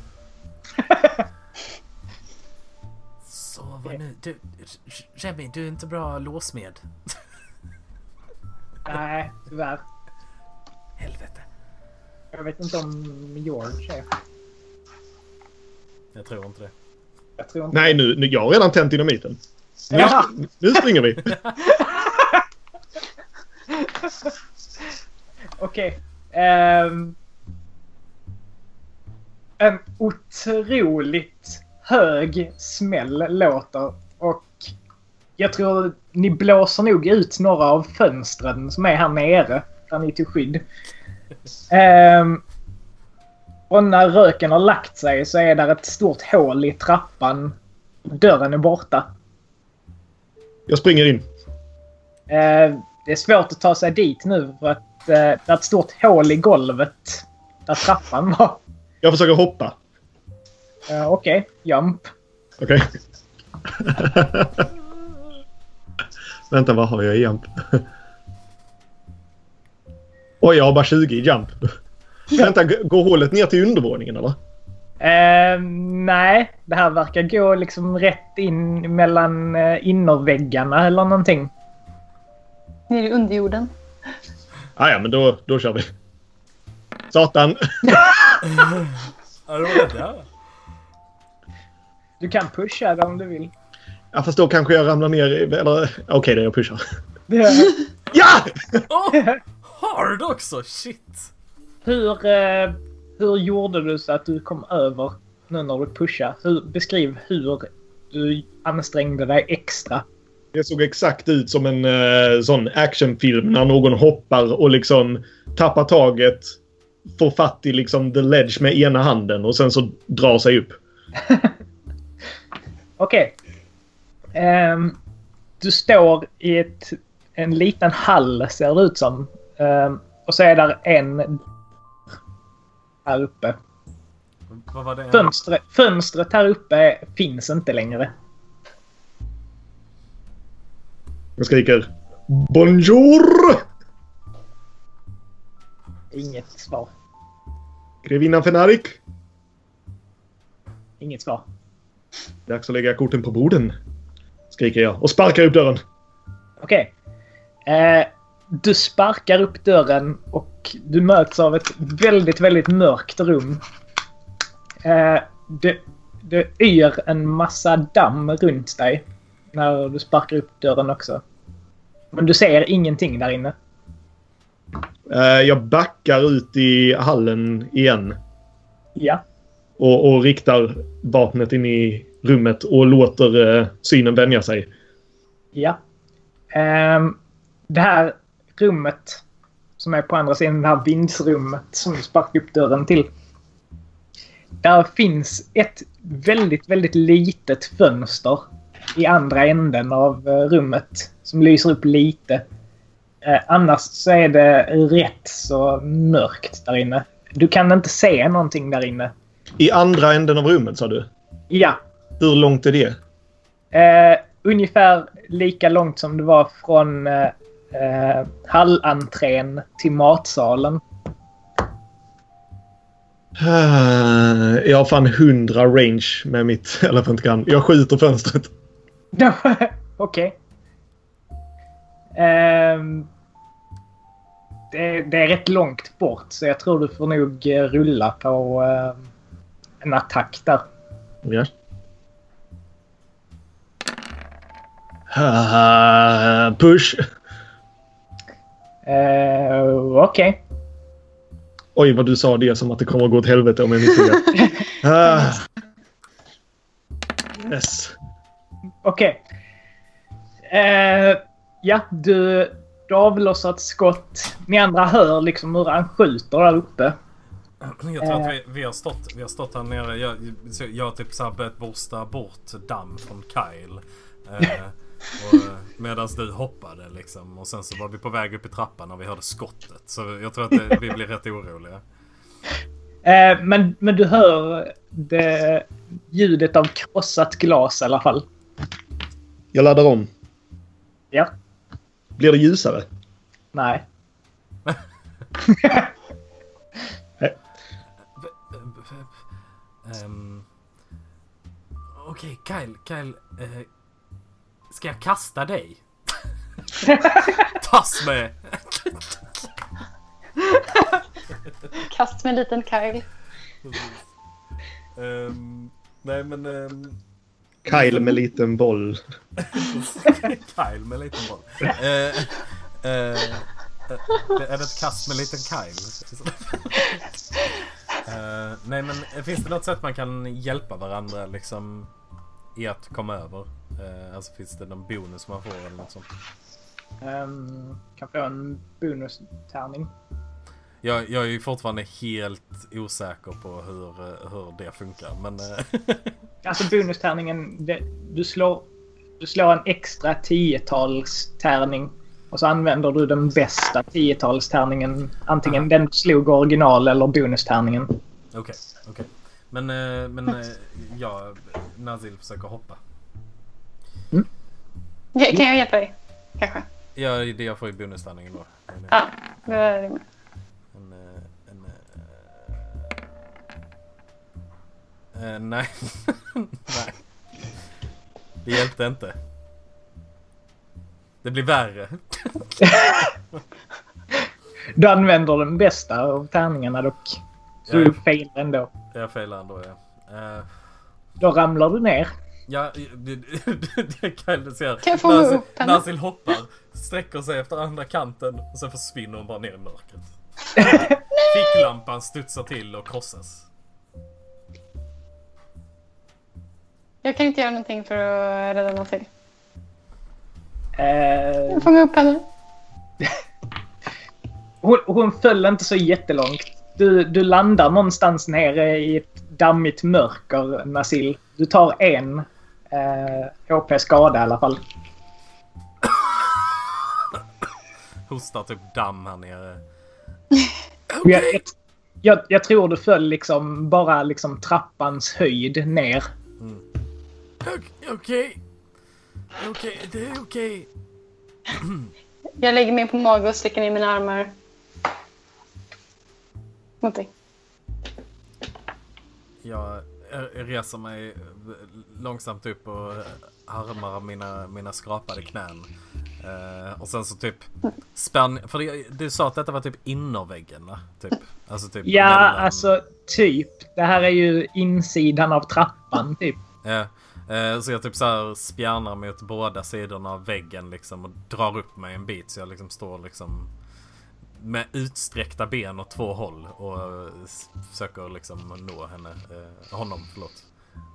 Så vad nu? Remy, du är inte bra låsmed. Nej, tyvärr. Helvete. Jag vet inte om George är. Jag tror inte det. Jag tror inte. Nej, nu jag har redan tänt dynamiten. Nu springer vi. Okej. En otroligt hög smäll låter och jag tror ni blåser nog ut några av fönstren som är här nere där ni tog skydd. Och när röken har lagt sig så är där ett stort hål i trappan. Dörren är borta. Jag springer in. Det är svårt att ta sig dit nu för att det är ett stort hål i golvet där trappan var. Jag försöker hoppa. Okej, jump. Okej. Vänta, vad har jag i jump? Oj, jag har bara 20 i jump. Vänta, går hålet ner till undervåningen eller? Nej, det här verkar gå liksom rätt in mellan innerväggarna eller någonting. Ner i underjorden. Ja, men då kör vi. Satan! Du kan pusha det om du vill. Ja, fast då kanske jag ramlar ner. Eller okej, det jag pushar. Ja! Hard också, shit! Hur gjorde du så att du kom över nu när du pushade? Beskriv hur du ansträngde dig extra. Det såg exakt ut som en sån actionfilm när någon hoppar och liksom tappar taget, får fatt i liksom the ledge med ena handen och sen så drar sig upp. Okej. Du står i en liten hall ser det ut som. Och så är där en här uppe. Vad var det? Fönstret här uppe finns inte längre. Jag skriker Bonjour! Inget svar. Grevinnan Fenarik? Inget svar. Dags att lägga korten på borden. Skriker jag och sparkar upp dörren. Okej. Du sparkar upp dörren och du möts av ett väldigt, väldigt mörkt rum. Det yr en massa damm runt dig när du sparkar upp dörren också. Men du ser ingenting där inne. Jag backar ut i hallen igen. Ja. Och riktar vapnet in i rummet och låter synen vänja sig. Ja. Det här rummet som är på andra sidan det här vindsrummet som du sparkar upp dörren till. Där finns ett väldigt, väldigt litet fönster i andra änden av rummet som lyser upp lite. Annars så är det rätt så mörkt där inne. Du kan inte se någonting där inne. I andra änden av rummet, sa du? Ja. Hur långt är det? Ungefär lika långt som det var från hallentrén till matsalen. Jag har fan 100 range med mitt elefantgun. Jag skjuter fönstret. Okej. Det är rätt långt bort så jag tror du får nog rulla på en attack där. Ja. Push. Okej. Oj, vad du sa det som att det kommer att gå åt helvete om jag misslyckas. Yes. Okej. Ja, du avlossar ett skott. Ni andra hör liksom hur han skjuter där uppe. Jag tror att vi har stått här nere. Jag har typ så här börjat borsta bort damm från Kyle. Medan du hoppade liksom. Och sen så var vi på väg upp i trappan när vi hörde skottet. Så jag tror att vi blir rätt oroliga. Men du hör det ljudet av krossat glas i alla fall. Jag laddar om. Ja. Blir det ljusare? Nej. Okej, Kyle. Ska jag kasta dig? Tas med! Kast med en liten Kyle. Nej men... Kyle med liten boll. Kyle med liten boll. Är det ett kast med liten Kyle? Nej men finns det något sätt man kan hjälpa varandra liksom i att komma över? Alltså finns det någon bonus man får eller något sånt? Kan få en bonustärning. Jag är ju fortfarande helt osäker på hur det funkar, men... Alltså bonustärningen, du slår en extra 10-talstärning och så använder du den bästa 10-talstärningen, antingen den du slog original eller bonustärningen. Okej. Men Nazil försöker hoppa. Mm. Kan jag hjälpa dig? Kanske. Ja, det jag får i bonustärningen då. Ja, det är det med. Nej. Nej. Det hjälpte inte. Det blir värre. Du använder den bästa av tärningarna dock. Så du failar ändå. Jag failar ändå, ja. Då ramlar du ner. Ja, det kan du se. Kan jag få upp henne? Nazil hoppar, sträcker sig efter andra kanten och sen försvinner hon bara ner i mörkret. Ficklampan studsar till och krossas. Jag kan inte göra någonting för att rädda Nazil. Jag fångar upp henne. Hon föll inte så jättelångt. Du landar någonstans nere i ett dammigt mörker, Nazil. Du tar en HP-skada i alla fall. Hostar typ damm här nere. Okay. Jag tror du föll liksom bara liksom trappans höjd ner. Okej, det är okej. Jag lägger mig på mage och slickar ner mina armar. Någonting. Jag reser mig långsamt upp och harmar mina skrapade knän. Och sen så typ för du sa att detta var typ innerväggen, va? Typ. Alltså typ ja, mellan... alltså typ. Det här är ju insidan av trappan typ. Ja. Så jag typ så här spjärnar mot båda sidorna av väggen liksom och drar upp mig en bit så jag liksom står liksom med utsträckta ben åt två håll och försöker liksom nå honom, förlåt.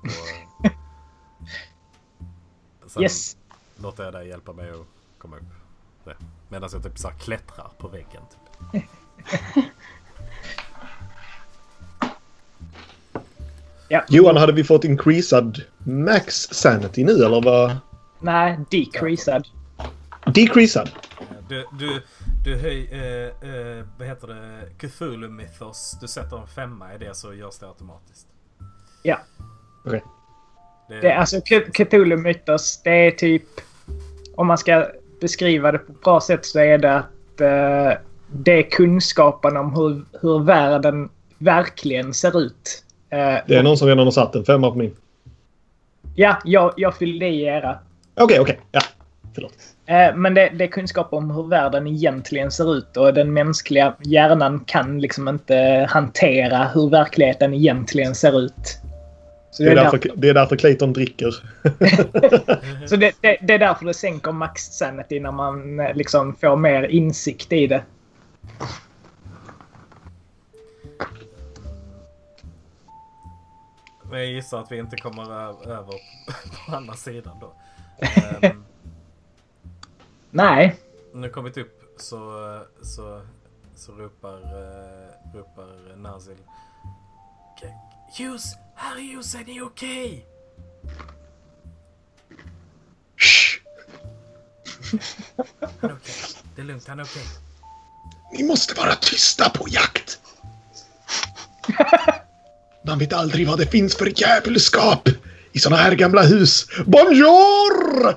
Och sen låter jag dig hjälpa mig att komma upp. Medan jag typ så här klättrar på väggen typ. Ja. Johan, hade vi fått increasad max sanity nu eller vad? Nej, decreasad. Decreasad? Du höj, vad heter det, Cthulhu Mythos, du sätter en 5 i det så görs det automatiskt. Ja. Okej. Det är alltså Cthulhu Mythos, det är typ, om man ska beskriva det på ett bra sätt så är det att det är kunskapen om hur världen verkligen ser ut. Det är någon som redan har satt en 5 på min. Ja, jag fyllde i era. Okej. Ja, förlåt. Men det är kunskap om hur världen egentligen ser ut och den mänskliga hjärnan kan liksom inte hantera hur verkligheten egentligen ser ut. Så det är därför Clayton dricker. Så det är därför det sänker max sanity när man liksom får mer insikt i det. Men jag gissar att vi inte kommer över på andra sidan då. Nej. Nu kommer vi upp så ropar Nazil. Hughes, Harry Hughes, är ni okej? Shh. Han är okej. Det är lugnt, han är okej. Ni måste vara tysta på jakt. Man vet aldrig vad det finns för djävulskap i såna här gamla hus. Bonjour!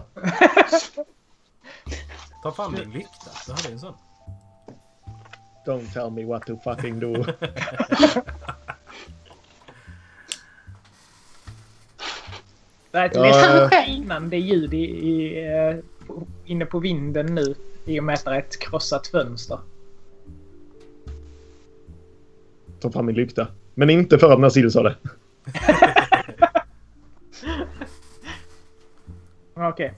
Ta fram din lykta. Du hade en sån. Don't tell me what to fucking do. Det är ett lätt skännande ljud inne på vinden nu i och med att det är ett krossat fönster. Ta fram min lykta. Men inte för att Nazil sa det. Okej.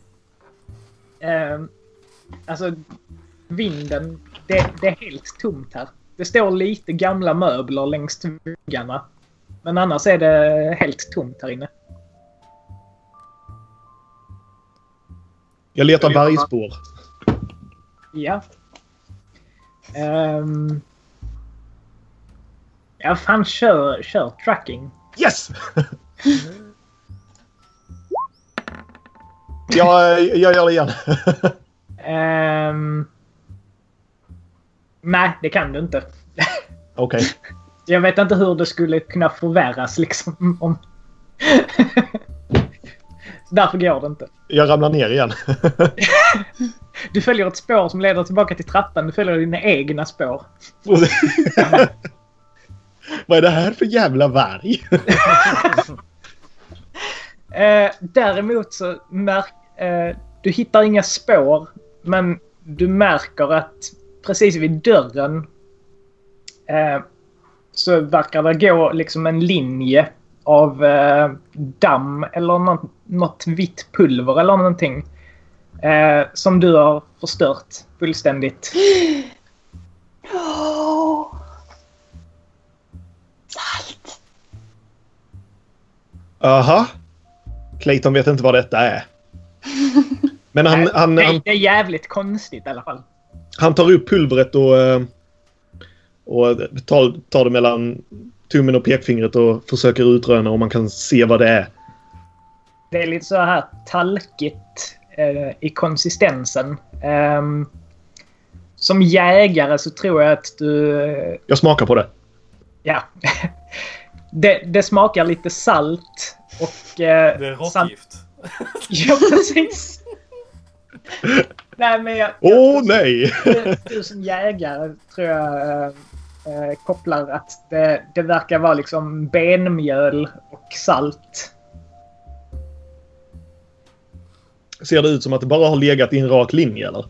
Alltså, vinden, det är helt tomt här. Det står lite gamla möbler längs väggarna. Men annars är det helt tomt här inne. Jag letar vargspår. Ja. Ja, fan, kör tracking. Yes! Jag gör det igen. Nej, det kan du inte. Okej. Jag vet inte hur det skulle kunna förvärras liksom om... Därför går det inte. Jag ramlar ner igen. Du följer ett spår som leder tillbaka till trappan. Du följer dina egna spår. Vad är det här för jävla varg? Däremot så du hittar inga spår, men du märker att precis vid dörren så verkar det gå liksom en linje av damm eller något vitt pulver eller någonting som du har förstört fullständigt. Salt. Aha. Clayton vet inte vad detta är. Men det är jävligt konstigt i alla fall. Han tar upp pulvret och tar det mellan tummen och pekfingret och försöker utröna om man kan se vad det är. Det är lite så här talkigt i konsistensen. Som jägare så tror jag att du... Jag smakar på det. Ja. Det smakar lite salt och... det är råttgift. Ja, precis. Nej, men nej! Du som jägare tror jag kopplar att det verkar vara liksom benmjöl och salt. Ser det ut som att det bara har legat i en rak linje, eller?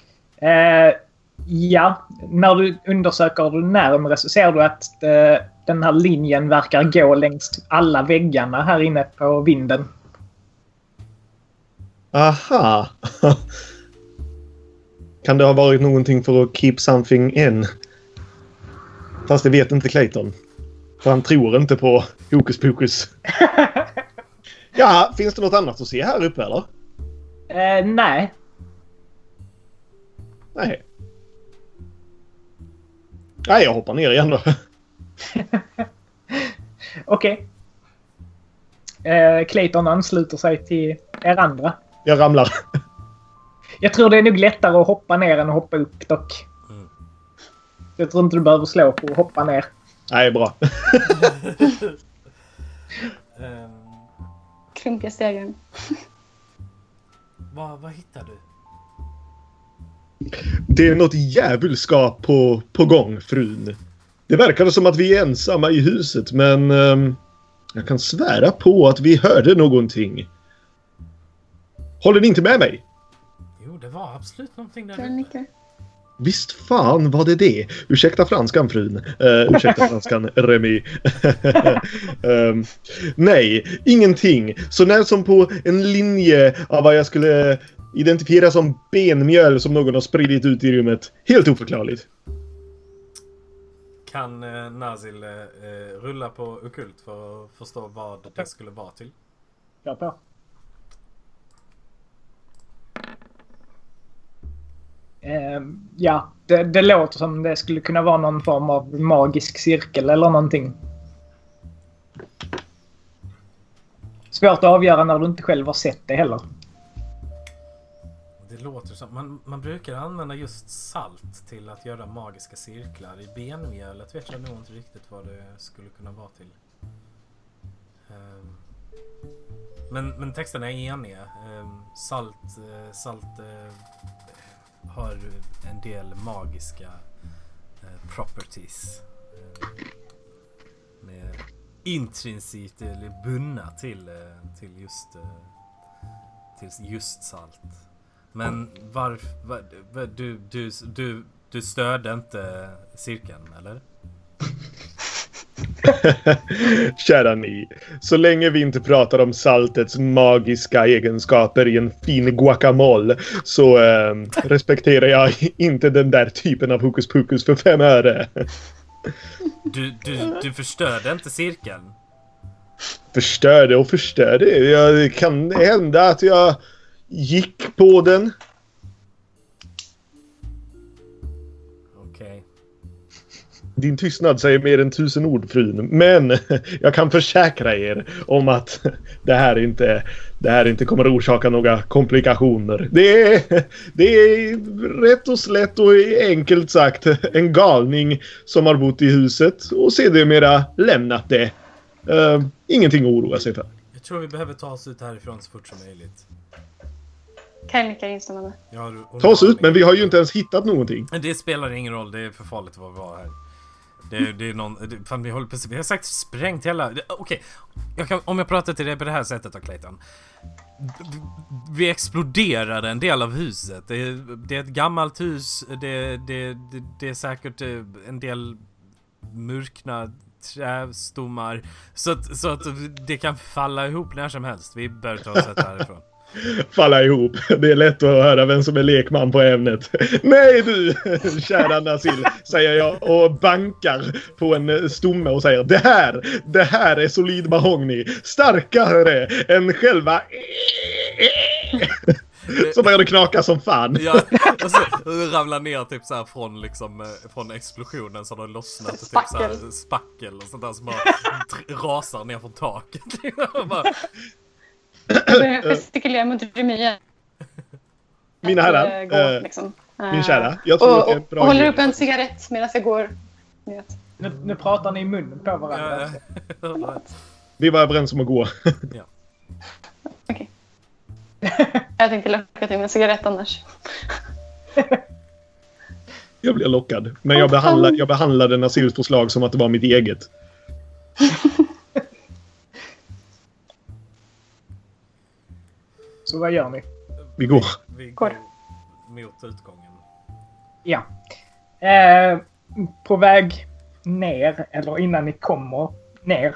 Ja, när du undersöker det närmare så ser du att den här linjen verkar gå längs alla väggarna här inne på vinden. Aha! Kan det ha varit någonting för att keep something in? Fast det vet inte Clayton. För han tror inte på hokus pokus. Ja, finns det något annat att se här uppe, eller? Nej. Nej. Nej, jag hoppar ner igen då. Okej. Clayton ansluter sig till er andra. Jag ramlar. Jag tror det är nog lättare att hoppa ner än att hoppa upp dock. Jag tror inte du behöver slå på att hoppa ner. Nej, bra. Klumpiga stegen. Vad hittar du? Det är något djävulskap på gång, frun. Det verkar som att vi är ensamma i huset, men jag kan svära på att vi hörde någonting. Håller ni inte med mig? Jo, det var absolut någonting där Jag nickar. Visst fan var det. Ursäkta franskan, frun. Ursäkta franskan, Remy. Nej, ingenting. Så när som på en linje av vad jag skulle identifiera som benmjöl som någon har spridit ut i rummet. Helt oförklarligt. Kan Nazil rulla på okult för att förstå vad det skulle vara till? Ja, på. Ja, det låter som det skulle kunna vara någon form av magisk cirkel eller någonting. Svårt att avgöra när du inte själv har sett det heller. Det låter som... Man brukar använda just salt till att göra magiska cirklar. I benmjölet vet jag nog inte riktigt vad det skulle kunna vara till. Men texterna är eniga. Salt har en del magiska properties. Med intrinsigt eller bundna till just salt. Men du stödde inte cirkeln, eller? Kära ni, så länge vi inte pratar om saltets magiska egenskaper i en fin guacamole så respekterar jag inte den där typen av hokus pokus för 5 öre. Du förstörde inte cirkeln? Förstörde. Det kan hända att jag gick på den. Okej. Din tystnad säger mer än 1000 ord, frun. Men jag kan försäkra er om att det här inte kommer att orsaka några komplikationer. Det är rätt och slätt och enkelt sagt en galning som har bott i huset och sedermera lämnat det. Ingenting att oroa sig för. Jag tror vi behöver ta oss ut härifrån så fort som möjligt. Kan nickar instämmande. Ta oss ut, men vi har ju inte ens hittat någonting. Det spelar ingen roll, det är för farligt att vara här. Det är någon... Fan, vi har sagt sprängt hela... Okej, om jag pratar till dig på det här sättet då, Clayton. Vi exploderade en del av huset. Det är ett gammalt hus. Det är säkert en del mörkna trästommar. Så att det kan falla ihop när som helst. Vi bör ta oss härifrån. Falla ihop. Det är lätt att höra vem som är lekman på ämnet. Nej du, kära Nazil, säger jag och bankar på en stomme och säger det här är solid mahogny. Starkare än själva så börjar det knaka som fan. Ja, och så ramlar ner typ så här från explosionen så har det lossnat typ så här spackel och sånt där som bara rasar ner från taket. Jag börjar gestikulera mot Remy. Mina herrar, liksom. min kära, jag tror att det är en bra och håller upp en cigarett medan jag går. Nu pratar ni i munnen på varandra. Vi var överens om att gå. Ja. Okej. Jag tänkte locka till med en cigarett annars. Jag blir lockad. Men jag behandlade Nasirs förslag som att det var mitt eget. Så vad gör ni? Vi går. Vi går mot utgången. Ja. På väg ner, eller innan ni kommer ner.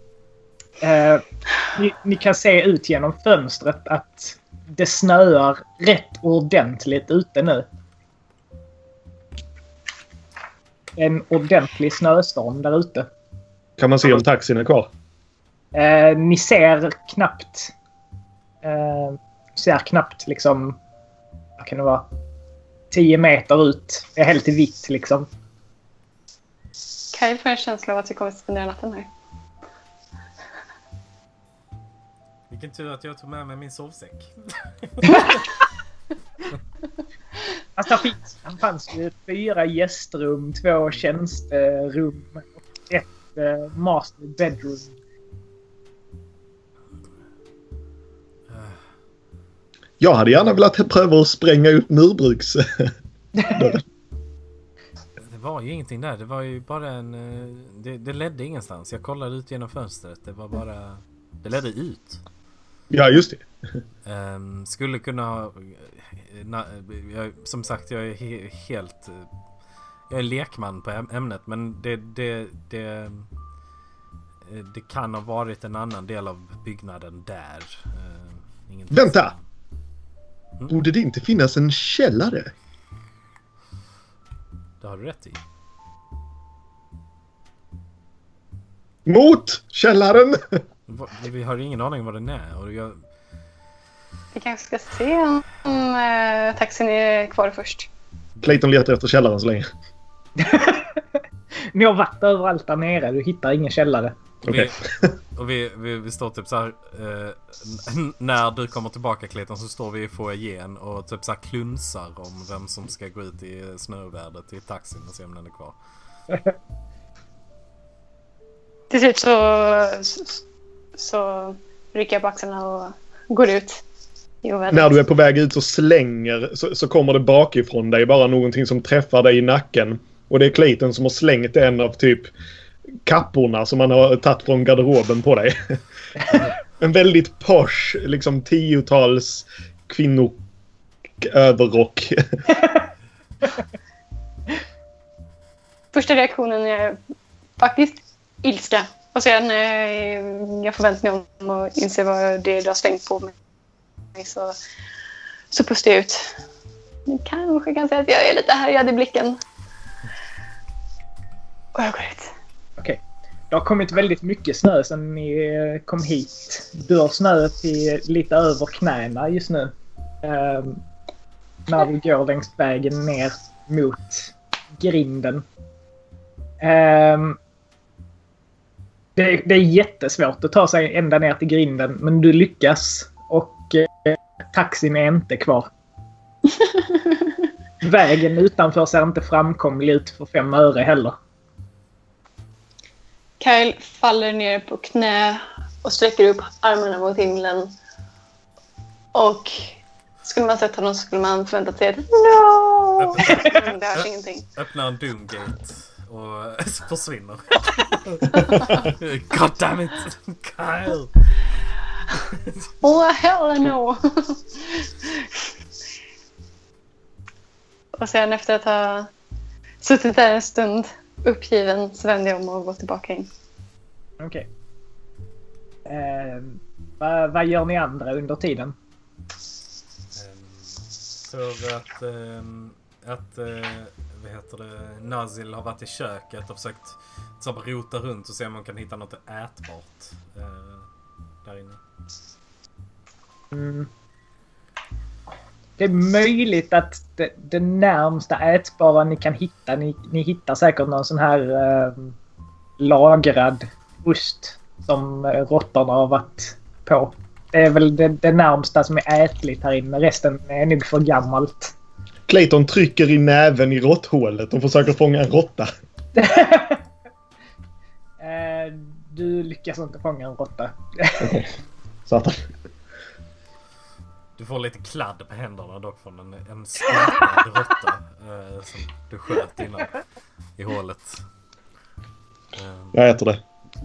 Ni kan se ut genom fönstret att det snöar rätt ordentligt ute nu. En ordentlig snöstorm där ute. Kan man se om taxin är kvar? Ni ser knappt liksom, vad kan det vara, 10 meter ut. Det är helt vitt liksom. Kyle får en känsla av att vi kommer att spendera natten här. Vilken tur att jag tog med mig min sovsäck. Alltså, det fanns ju 4 gästrum, 2 tjänsterum och 1 master bedroom. Jag hade gärna velat pröva att spränga upp murbruks. Det var ju ingenting där. Det var ju bara det ledde ingenstans. Jag kollade ut genom fönstret. Det var bara... Det ledde ut. Ja, just det. Skulle kunna... som sagt, jag är helt... Jag är lekman på ämnet. Men det kan ha varit en annan del av byggnaden där. Vänta! Borde det inte finnas en källare? Det har du rätt i. Mot källaren! Vi har ingen aning vad den är. Och Vi kanske ska se om taxin är kvar först. Clayton letar efter källaren så länge. Ni har varit överallt där nere. Du hittar ingen källare. Okej. Och vi står typ så här när du kommer tillbaka, Clayton, så står vi i foajén och typ så här klunsar om vem som ska gå ut i snövärdet i taxin och se om den är kvar. Till slut så rycker jag på axlarna och går ut i ovädret. När du är på väg ut och slänger så kommer det bakifrån dig bara någonting som träffar dig i nacken. Och det är Clayton som har slängt en av typ kapporna som man har tagit från garderoben på dig. En väldigt posh, liksom 10-tals kvinnoöverrock. Första reaktionen är faktiskt ilska. Och sen jag förväntar mig om att inse vad det är du har slängt på mig. Så pustar jag ut. Ni kanske kan säga att jag är lite härjad i blicken. Och jag går ut. Okej. Det har kommit väldigt mycket snö sedan ni kom hit. Du har snö till lite över knäna just nu. När du går längs vägen ner mot grinden. Det är jättesvårt att ta sig ända ner till grinden, men du lyckas. Och taxin är inte kvar. Vägen utanför ser inte framkomlig ut för 5 öre heller. Kyle faller ner på knä och sträcker upp armarna mot himlen. Och skulle man sett honom så skulle man förväntat sig ett no! Men det hörs ingenting. Öppnar en Doomgate och försvinner. God damn it, Kyle! Oh hell no! Och sen efter att ha suttit där en stund uppgiven så vänder jag om och går tillbaka in. Okej. Vad gör ni andra under tiden? För att vad heter det, Nazil har varit i köket och försökt så rota runt och se om man kan hitta något ätbart där inne. Det är möjligt att det närmsta ätbara ni kan hitta, ni hittar säkert någon sån här lagrad ost som råttorna har varit på. Det är väl det närmsta som är ätligt här inne. Resten är nog för gammalt. Clayton trycker i näven i råtthålet och försöker fånga en råtta. Du lyckas inte fånga en råtta. Satan. Du får lite kladd på händerna dock från en skarpad råtta som du sköt innan i hålet. Jag äter det.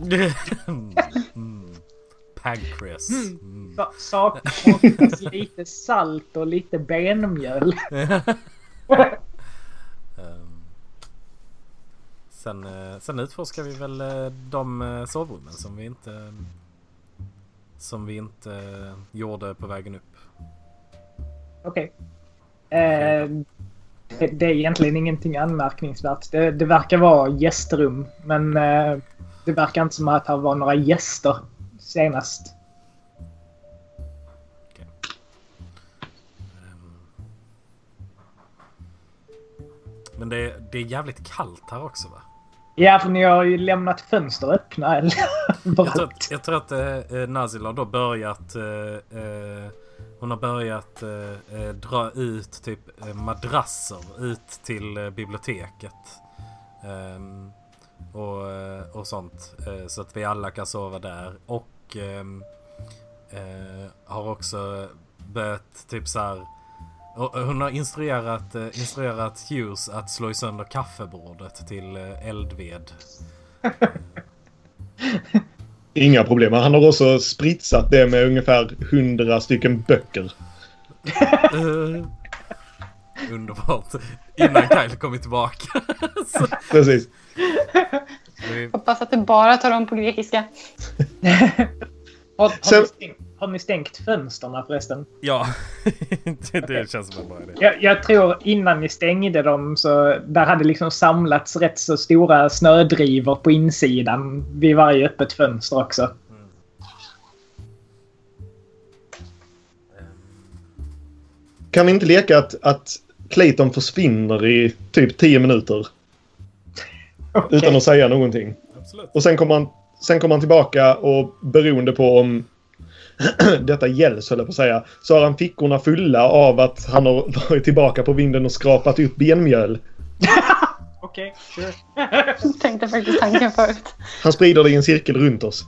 Pancreas. Saknas lite salt och lite benmjöl. Sen utforskar vi väl de sovrummen som vi inte gjorde på vägen upp. Okej. Det är egentligen ingenting anmärkningsvärt. Det verkar vara gästrum, men det verkar inte som att det var några gäster senast. Okay. Men det är jävligt kallt här också, va? Ja, för ni har ju lämnat fönster öppna. Jag tror att Nazil har då börjat hon har börjat dra ut typ madrasser ut till biblioteket och sånt så att vi alla kan sova där, och har också börjat typ så här, hon har instruerat Hughes att slå sönder kaffebordet till eldved. Inga problem. Han har också spritsat det med ungefär 100 stycken böcker. Underbart. Innan Kyle kommer tillbaka. Precis. Hoppas att du bara tar dem på grekiska. Har ni stängt fönsterna förresten? Ja, det känns som en bra idé. Jag tror innan ni stängde dem så där hade liksom samlats rätt så stora snödrivor på insidan vid varje öppet fönster också. Kan vi inte leka att Clayton försvinner i typ 10 minuter? Okay. Utan att säga någonting. Absolut. Och sen kommer han tillbaka, och beroende på om detta gälls, höll jag på att säga, så har han fickorna fulla av att han har varit tillbaka på vinden och skrapat upp benmjöl. Okej, sure. Jag tänkte faktiskt tanken förut. Han sprider det i en cirkel runt oss.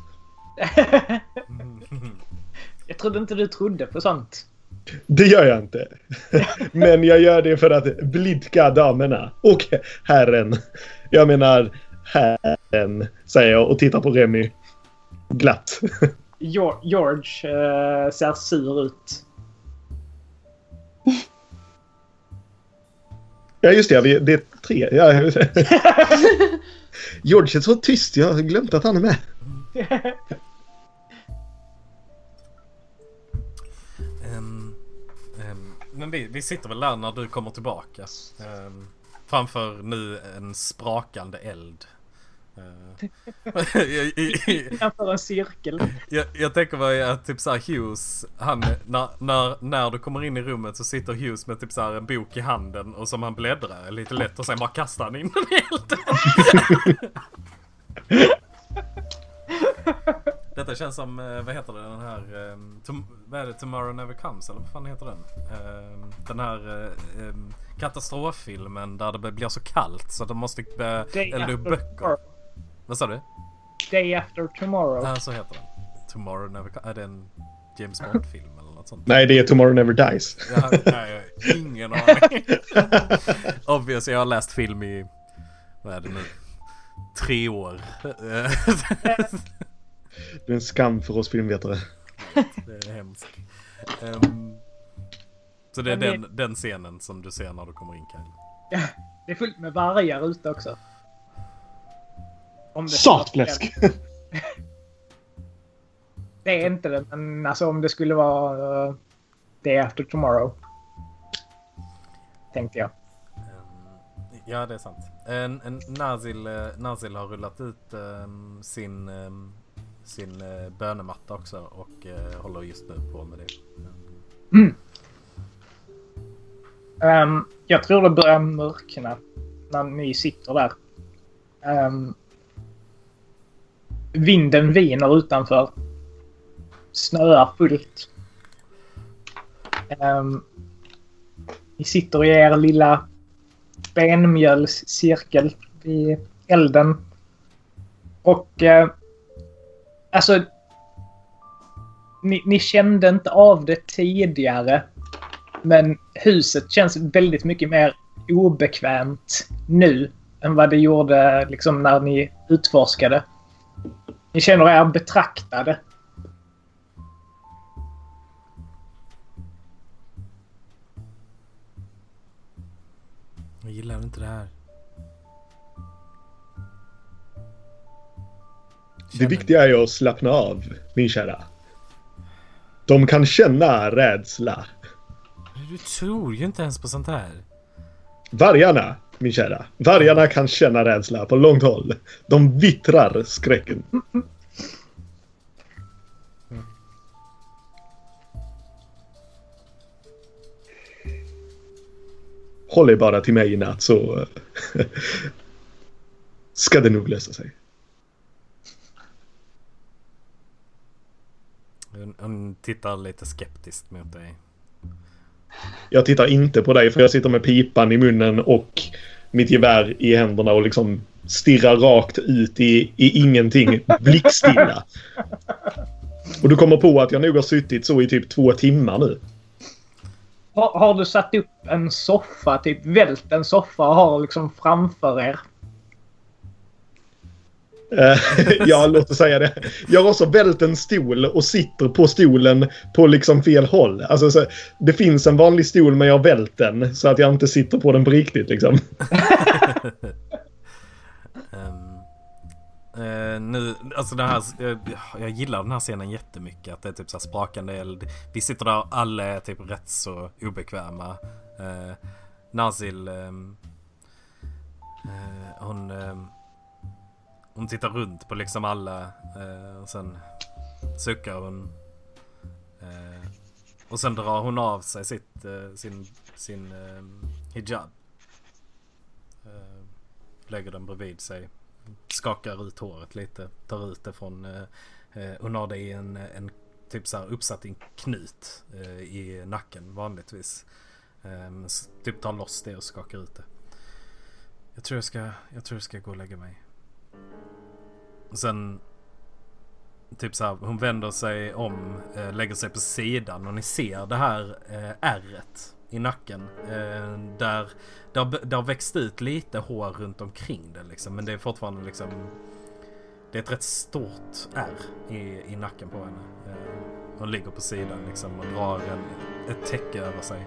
Jag trodde inte du trodde på sånt. Det gör jag inte. Men jag gör det för att blidka damerna. Och herren. Jag menar herren, säger jag och tittar på Remy glatt. George ser sur ut. Ja, just det. Det är 3. Ja. George är så tyst. Jag har glömt att han är med. Men vi sitter väl där när du kommer tillbaka. Framför nu en sprakande eld. Framför en cirkel. Jag tänker mig att typ så här Hughes, han, när du kommer in i rummet så sitter Hughes med typ så här en bok i handen, och som han bläddrar lite lätt, och sen bara kastar han in den i elden. Detta känns som, vad heter det, den här vad är det, Tomorrow Never Comes, eller vad fan heter den? Den här katastroffilmen där det blir så kallt så att de måste elda upp böcker. Vad sa du? Day After Tomorrow. Ja, så heter den. Tomorrow Never Comes. Är det en James Bond-film eller något sånt? Nej, det är Tomorrow Never Dies. Ja, nej, ingen aning. Obviously, jag har läst film i, vad är det nu, 3 år. Det är en skam för oss filmvetare. Det är hemskt. Så det är den scenen som du ser när du kommer in, Kyle. Ja, det är fullt med vargar ute också. Satfläsk! Det är inte det, men alltså om det skulle vara Day After Tomorrow. Tänkte jag. Ja, det är sant. Nazil har rullat ut sin bönematta också, och håller just nu på med det. Jag tror det börjar mörkna när ni sitter där. Vinden viner utanför. Snöar fullt. Ni sitter i er lilla benmjölscirkel vid elden. Och alltså ni kände inte av det tidigare. Men huset känns väldigt mycket mer obekvämt nu än vad det gjorde liksom när ni utforskade. Ni känner er betraktade. Jag gillar inte det här. Det viktiga är att slappna av, min kära. De kan känna rädsla. Du tror ju inte ens på sånt här. Vargarna, min kära. Vargarna kan känna rädsla på långt håll. De vittrar skräcken. Håll er bara till mig i natt så ska det nog lösa sig. Hon tittar lite skeptiskt mot dig. Jag tittar inte på dig för jag sitter med pipan i munnen och mitt gevär i händerna och liksom stirrar rakt ut i ingenting, blickstilla. Och du kommer på att jag nog har suttit så i typ 2 timmar nu. Har du satt upp en soffa, typ vält en soffa och har liksom framför er? Ja, låt oss säga det. Jag har också vält en stol och sitter på stolen på liksom fel håll. Alltså, så, det finns en vanlig stol men jag har vält den så att jag inte sitter på den på riktigt liksom. Nu, alltså det här, jag gillar den här scenen jättemycket. Att det är typ så här sprakande eld. Vi sitter där och alla är typ rätt så obekväma. Nazil hon tittar runt på liksom alla och sen suckar hon och sen drar hon av sig sin hijab, lägger den bredvid sig, skakar ut håret lite, tar ut det från hon har det i en typ så här uppsatt i en knut i nacken vanligtvis, typ tar loss det och skakar ut det. Jag tror jag ska gå och lägga mig. Och sen typ så här, hon vänder sig om, lägger sig på sidan och ni ser det här ärret i nacken där det har växt ut lite hår runt omkring det liksom, men det är fortfarande liksom, det är ett rätt stort ärr i nacken på henne. Hon ligger på sidan liksom och drar ett täcke över sig.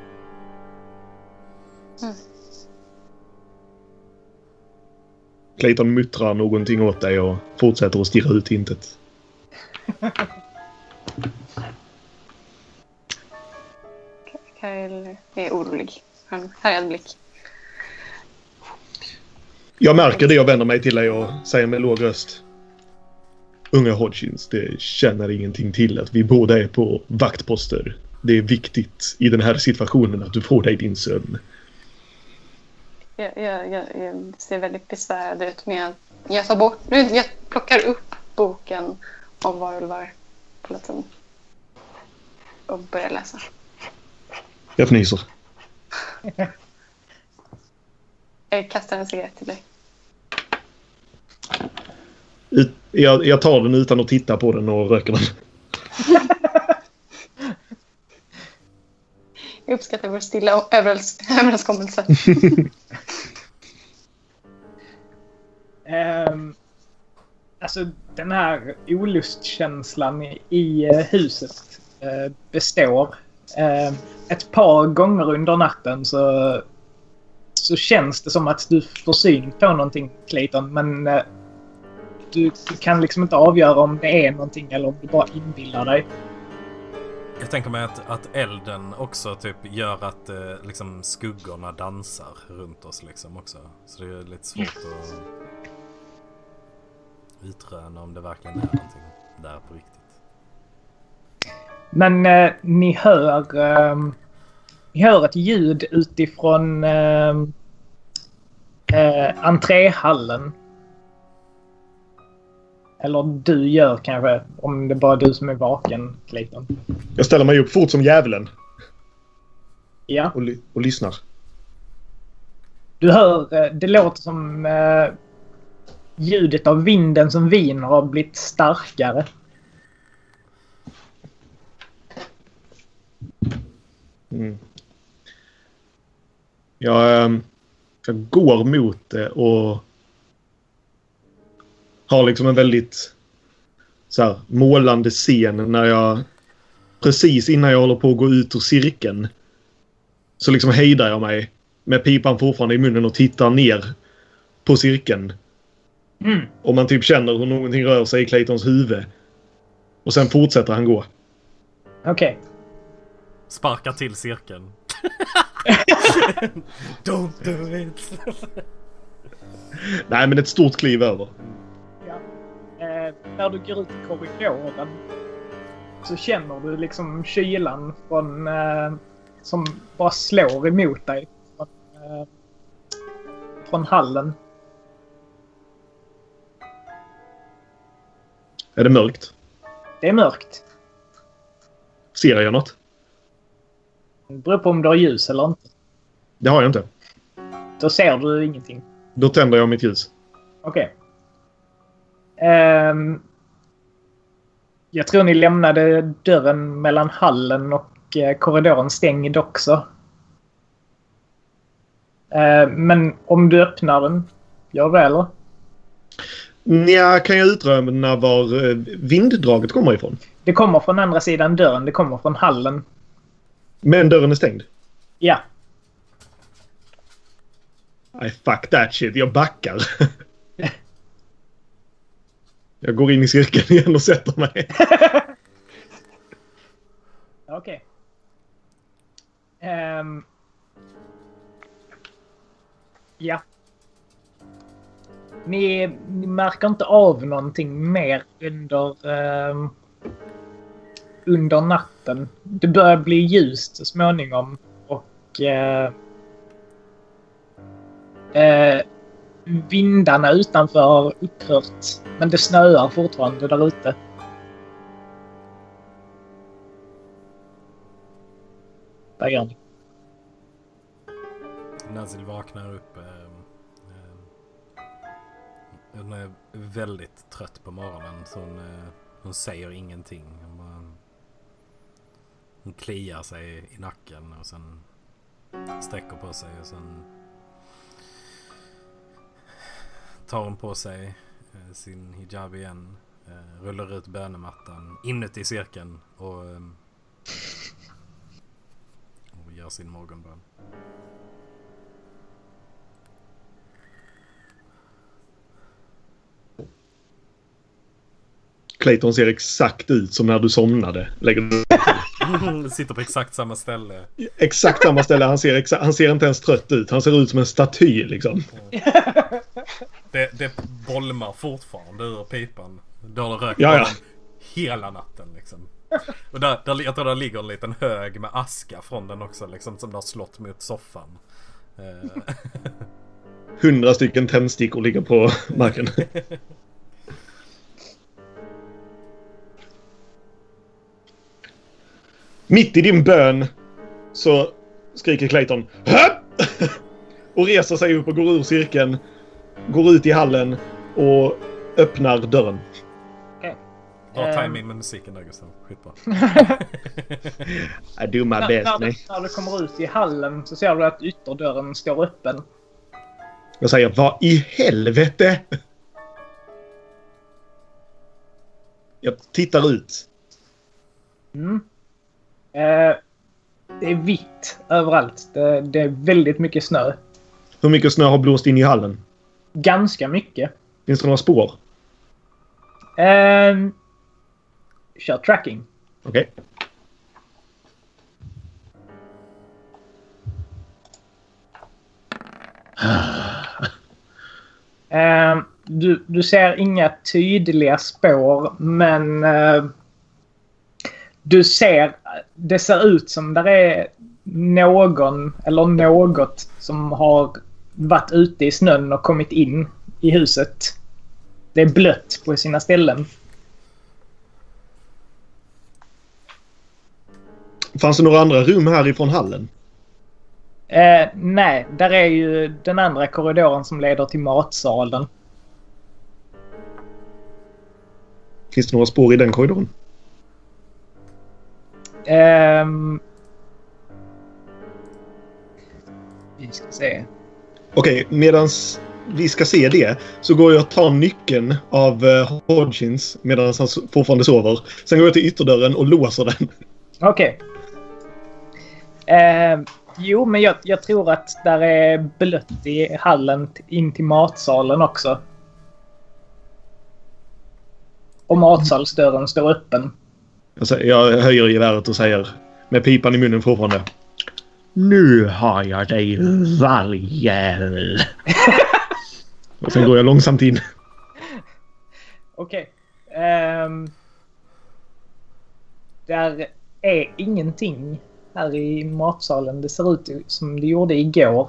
Clayton muttrar någonting åt dig och fortsätter att stirra ut intet. Kyle är orolig. Han härjad blick. Jag märker det, jag vänder mig till dig och säger med låg röst. Unga Hodgins, det känner ingenting till att vi båda är på vaktposter. Det är viktigt i den här situationen att du får dig din sömn. Jag ser väldigt besvärad ut med att jag plockar upp boken om varulvar på latin och börjar läsa. Jag fnyser. Jag kastar en cigarett till dig. Jag tar den utan att titta på den och röker den. Jag uppskattar vår stilla överenskommelse. Alltså den här olustkänslan i huset består. Ett par gånger under natten så känns det som att du får syn på någonting, Clayton, men du kan liksom inte avgöra om det är någonting eller om du bara inbillar dig. Jag tänker mig att elden också typ gör att liksom skuggorna dansar runt oss liksom också. Så det är lite svårt att utröna om det verkligen är någonting där på riktigt. Men ni hör ett ljud utifrån entréhallen. Eller du gör kanske, om det bara är du som är vaken, Clayton. Jag ställer mig upp fort som djävulen. Ja. Och lyssnar. Du hör, det låter som ljudet av vinden som viner har blivit starkare. Mm. Jag går mot det och har liksom en väldigt så här, målande scen när jag precis innan jag håller på att gå ut ur cirkeln så liksom hejdar jag mig med pipan fortfarande i munnen och tittar ner på cirkeln. Och man typ känner hur någonting rör sig i Claytons huvud. Och sen fortsätter han gå. Okej. Sparkar till cirkeln. Don't do it. Nej, men ett stort kliv över. Ja. När du går ut i korridoren så känner du liksom kylan från, som bara slår emot dig från hallen. Är det mörkt? Det är mörkt. Ser jag något? Det beror på om du har ljus eller inte. Det har jag inte. Då ser du ingenting. Då tänder jag mitt ljus. Okej. Jag tror ni lämnade dörren mellan hallen och korridoren stängd också. Men om du öppnar den, gör det eller? Nja, kan jag utröna var vinddraget kommer ifrån? Det kommer från andra sidan dörren. Det kommer från hallen. Men dörren är stängd? Ja. Nej, fuck that shit. Jag backar. Jag går in i cirkeln igen och sätter mig. Okej. Ja. Ni märker inte av någonting mer under natten. Det börjar bli ljust så småningom och vindarna utanför har upphört. Men det snöar fortfarande där ute. Vad gör ni? Nazil vaknar upp. Hon är väldigt trött på morgonen så hon säger ingenting. Hon kliar sig i nacken och sen sträcker på sig och sen tar hon på sig sin hijab igen, rullar ut bönemattan inuti cirkeln och gör sin morgonbön. Clayton ser exakt ut som när du somnade. Lägger du sitter på exakt samma ställe. Exakt samma ställe. Han ser inte ens trött ut. Han ser ut som en staty liksom. Det bolmar fortfarande ur pipan. Då har det rökt hela natten liksom. Och jag tror där ligger en liten hög med aska från den också liksom, som har slått mot soffan. 100 stycken tändstickor ligger på marken. Mitt i din bön så skriker Clayton och reser sig upp och går ur cirkeln, går ut i hallen och öppnar dörren. Bra timing med musiken där, Gustav. Skitbra. I do my best. När du kommer ut i hallen så ser du att ytterdörren står öppen. Jag säger, vad i helvete? Jag tittar ut. Det är vitt överallt. Det är väldigt mycket snö. Hur mycket snö har blåst in i hallen? Ganska mycket. Finns det några spår? Kör tracking. Okej. Du ser inga tydliga spår, men du ser, det ser ut som där är någon eller något som har varit ute i snön och kommit in i huset. Det är blött på sina ställen. Fanns det några andra rum härifrån hallen? Nej, där är ju den andra korridoren som leder till matsalen. Finns det några spår i den korridoren? Vi ska se. Okej, medans vi ska se det så går jag och tar nyckeln av Hodgins medan han fortfarande sover. Sen går jag till ytterdörren och låser den. Okej. Jo, men jag tror att där är blött i hallen in till matsalen också. Och matsalsdörren står öppen. Jag höjer geväret och säger med pipan i munnen fortfarande. Nu har jag dig, vargjävel. Och sen går jag långsamt in. Okej. Där är ingenting här i matsalen. Det ser ut som det gjorde igår.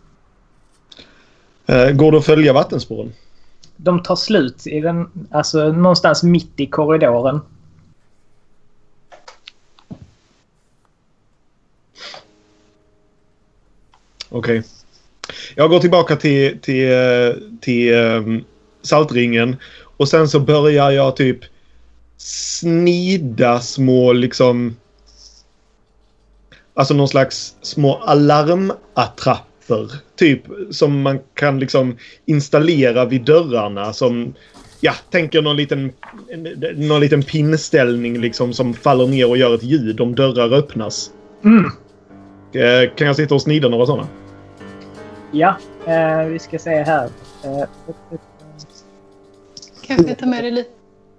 Går det att följa vattenspåren? De tar slut i den, alltså någonstans mitt i korridoren. Okej. Jag går tillbaka till saltringen och sen så börjar jag typ snida små liksom, alltså någon slags små alarmattrapper typ som man kan liksom installera vid dörrarna som, ja, tänker någon liten pinnställning liksom som faller ner och gör ett ljud om dörrar öppnas. Kan jag sitta och snida några sådana? Ja, vi ska se här. Kanske ta med dig lite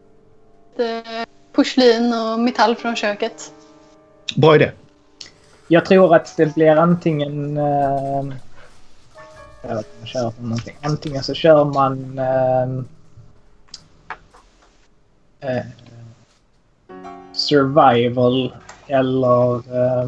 porslin och metall från köket. Bra idé. Jag tror att det blir antingen... jag vet inte, man kör på någonting. Antingen så kör man... survival eller...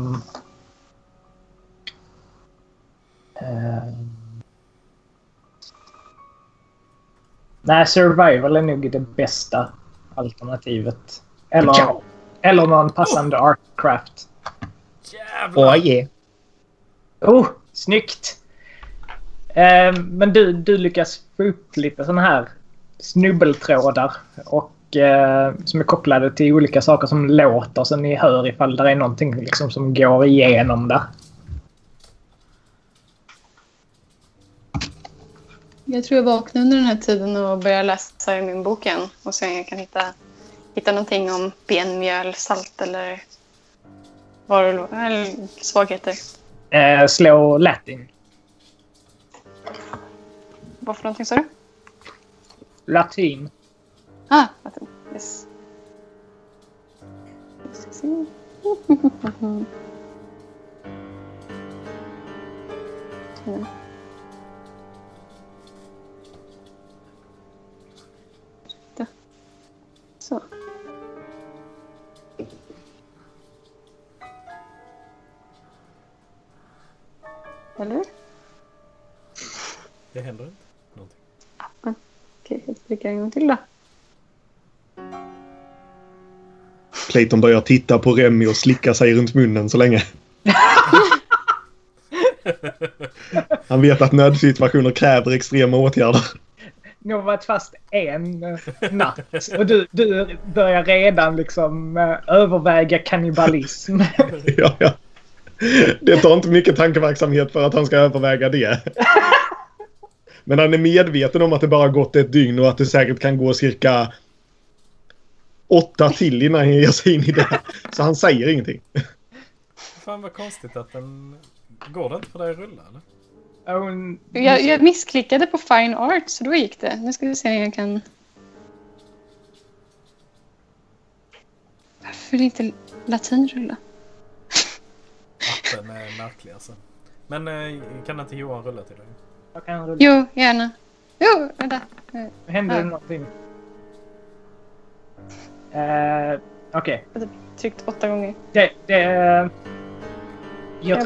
nej, survival är nog det bästa alternativet. Eller någon passande artcraft. Jävlar! Yeah. Oh, snyggt! Men du lyckas få upp lite såna här snubbeltrådar och som är kopplade till olika saker som låter så ni hör ifall det är någonting liksom som går igenom där. Jag tror jag vaknade under den här tiden och började läsa i min bok igen. Och se om jag kan hitta någonting om benmjöl, salt eller svagheter. Slå Latin. Vad för någonting sa du? Latin. Latin. Yes. Jag ska se. Så. Eller? Det händer inte någonting. Okej, jag trycker en gång till då. Clayton börjar titta på Remy och slicka sig runt munnen så länge. Han vet att nödsituationer kräver extrema åtgärder. Nu har varit fast en natt och du börjar redan liksom överväga kannibalism. Ja. Det tar inte mycket tankeverksamhet för att han ska överväga det. Men han är medveten om att det bara gått ett dygn och att det säkert kan gå cirka 8 till innan han ger sig in i det. Så han säger ingenting. Fan vad konstigt att den... Går det inte för dig att rulla eller? Jag missklickade på Fine Art så då gick det. Nu ska vi se om jag kan... Varför inte latin rulla? Appen är märklig alltså. Men kan inte Johan rulla till dig? Jag kan rulla. Jo, gärna. Jo, vänta. Händer det någonting? Okej. Jag har tryckt 8 gånger. Jag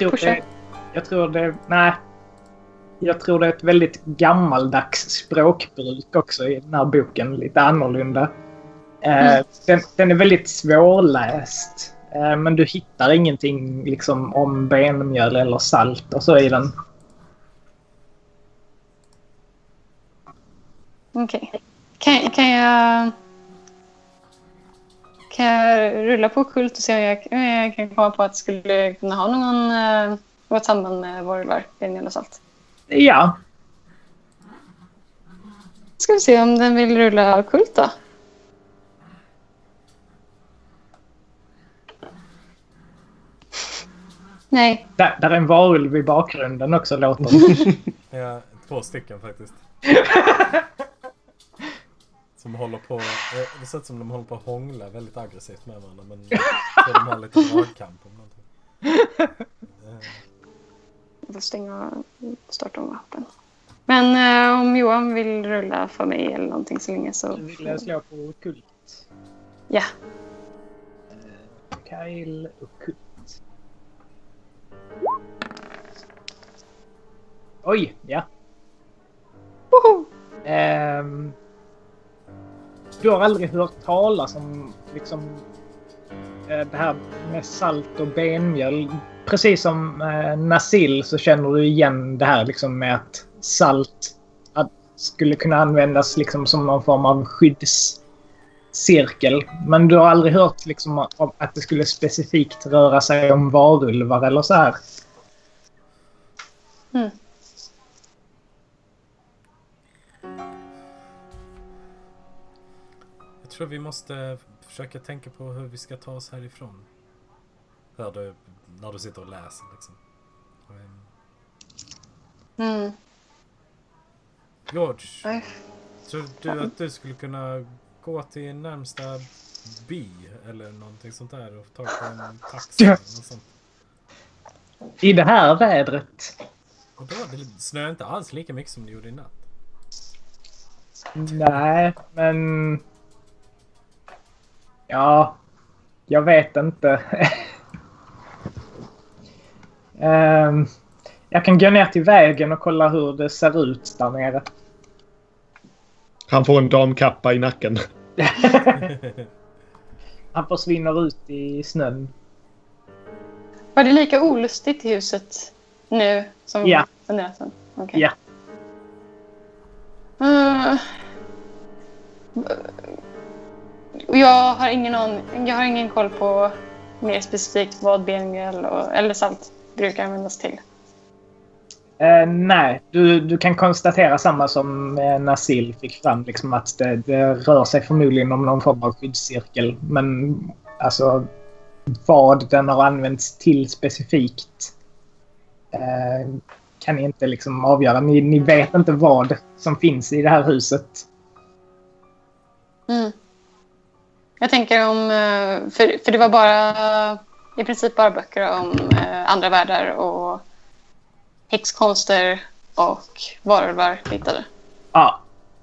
tror det är ett väldigt gammaldags språkbruk också i den här boken. Lite annorlunda. Den är väldigt svårläst. Men du hittar ingenting liksom om benmjöl eller salt och så i den. Okej. Kan jag rulla på kult och se om jag kan komma på att det skulle kunna ha någon Och ett samband med varulvar, benmjöl och salt. Ja. Ska vi se om den vill rulla kult då. Nej. Där är en varulv i bakgrunden också, låter Ja, 2 stycken faktiskt. Som håller på... Det ser ut som de håller på att hångla väldigt aggressivt med varandra. Men jag tror de har lite dragkamp om någonting. Jag får stänga och starta om vapen. Men om Johan vill rulla för mig eller någonting så länge så... Du vill slå på kult. Ja. Kyle och kult. Oj, ja. Woho! Du har aldrig hört talas om liksom det här med salt och benmjöl. Precis som Nasil så känner du igen det här liksom med att salt skulle kunna användas liksom som någon form av skyddscirkel. Men du har aldrig hört liksom att det skulle specifikt röra sig om varulvar eller så här. Mm. Jag tror vi måste försöka tänka på hur vi ska ta oss härifrån. Hör du när du sitter och läser liksom. Mm. George, Oj. tror du att du skulle kunna gå till närmsta by eller någonting sånt där och ta på en taxi eller något sånt? I det här vädret. Och då, det snöar inte alls lika mycket som det gjorde i natt. Nej, men... Ja, jag vet inte. Jag kan gå ner till vägen och kolla hur det ser ut där nere. Han får en damkappa i nacken. Han försvinner ut i snön. Var det lika olustigt i huset nu som Ja. under natten? Okay. Ja. Jag har ingen koll på mer specifikt vad benmjöl eller salt brukar användas till. Nej, du kan konstatera samma som Nasil fick fram. Liksom att det rör sig förmodligen om någon form av skyddscirkel. Men alltså vad den har använts till specifikt kan ni inte liksom avgöra. Ni vet inte vad som finns i det här huset. Mm. Jag tänker om... För det var bara... I princip bara böcker om andra världar och häxkonster och varulvar hittade. Ja.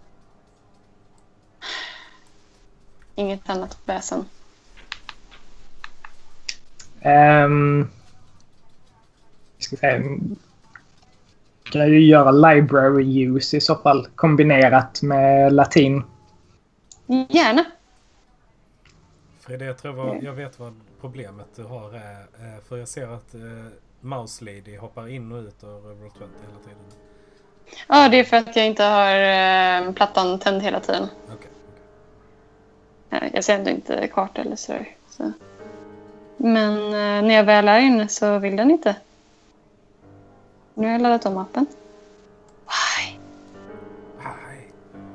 Inget annat väsen. Ska säga, kan ju göra library use i så fall kombinerat med latin. Gärna. Frida, jag vet vad problemet du har är. För jag ser att Mouse Lady hoppar in och ut ur Roll20 hela tiden. Ja, det är för att jag inte har plattan tänd hela tiden. Okej. Jag ser ändå inte karta eller så. Men när jag väl är inne så vill den inte. Nu har jag laddat om appen. Why? Hej.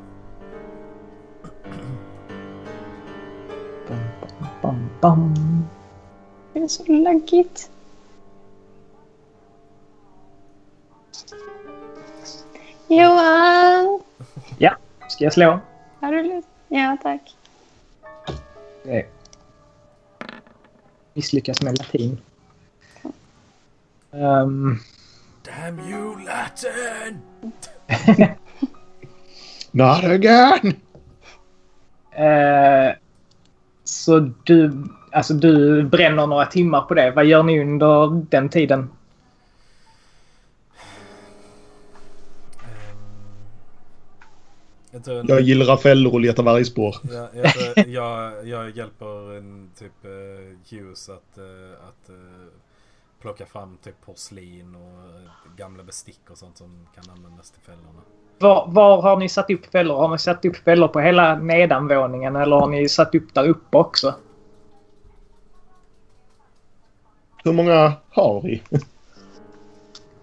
Bam, bam. Det är så laggigt. Johan! Ja, ska jag slå? Har du lust? Ja, tack. Misslyckas med latin. Damn you Latin! Not again! Så du bränner några timmar på det. Vad gör ni under den tiden? Jag gillar fällor och letar vargspår. Jag hjälper en typ Hughes att plocka fram typ porslin och gamla bestick och sånt som kan användas till fällorna. Var har ni satt upp fällor? Har ni satt upp fällor på hela nedanvåningen eller har ni satt upp där uppe också? Hur många har vi?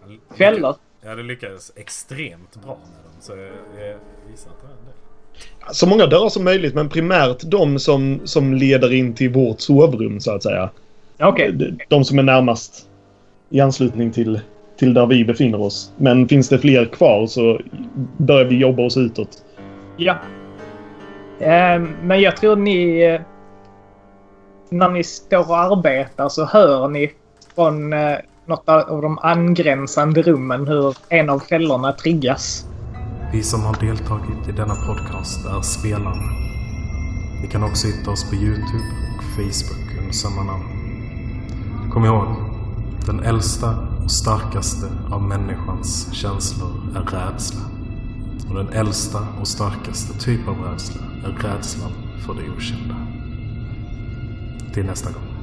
fällor. Ja, det lyckades extremt bra med dem. Så jag gissar att det är det. Så många dörrar som möjligt, men primärt de som leder in till vårt sovrum, så att säga. Okej. De som är närmast i anslutning till där vi befinner oss. Men finns det fler kvar så börjar vi jobba oss utåt. Ja. Men jag tror ni... När ni står och arbetar så hör ni från något av de angränsande rummen hur en av fällorna triggas. Vi som har deltagit i denna podcast är spelarna. Ni kan också hitta oss på YouTube och Facebook under samma namn. Kom ihåg, den äldsta och starkaste av människans känslor är rädsla. Och den äldsta och starkaste typ av rädsla är rädslan för det okända. Till nästa gång.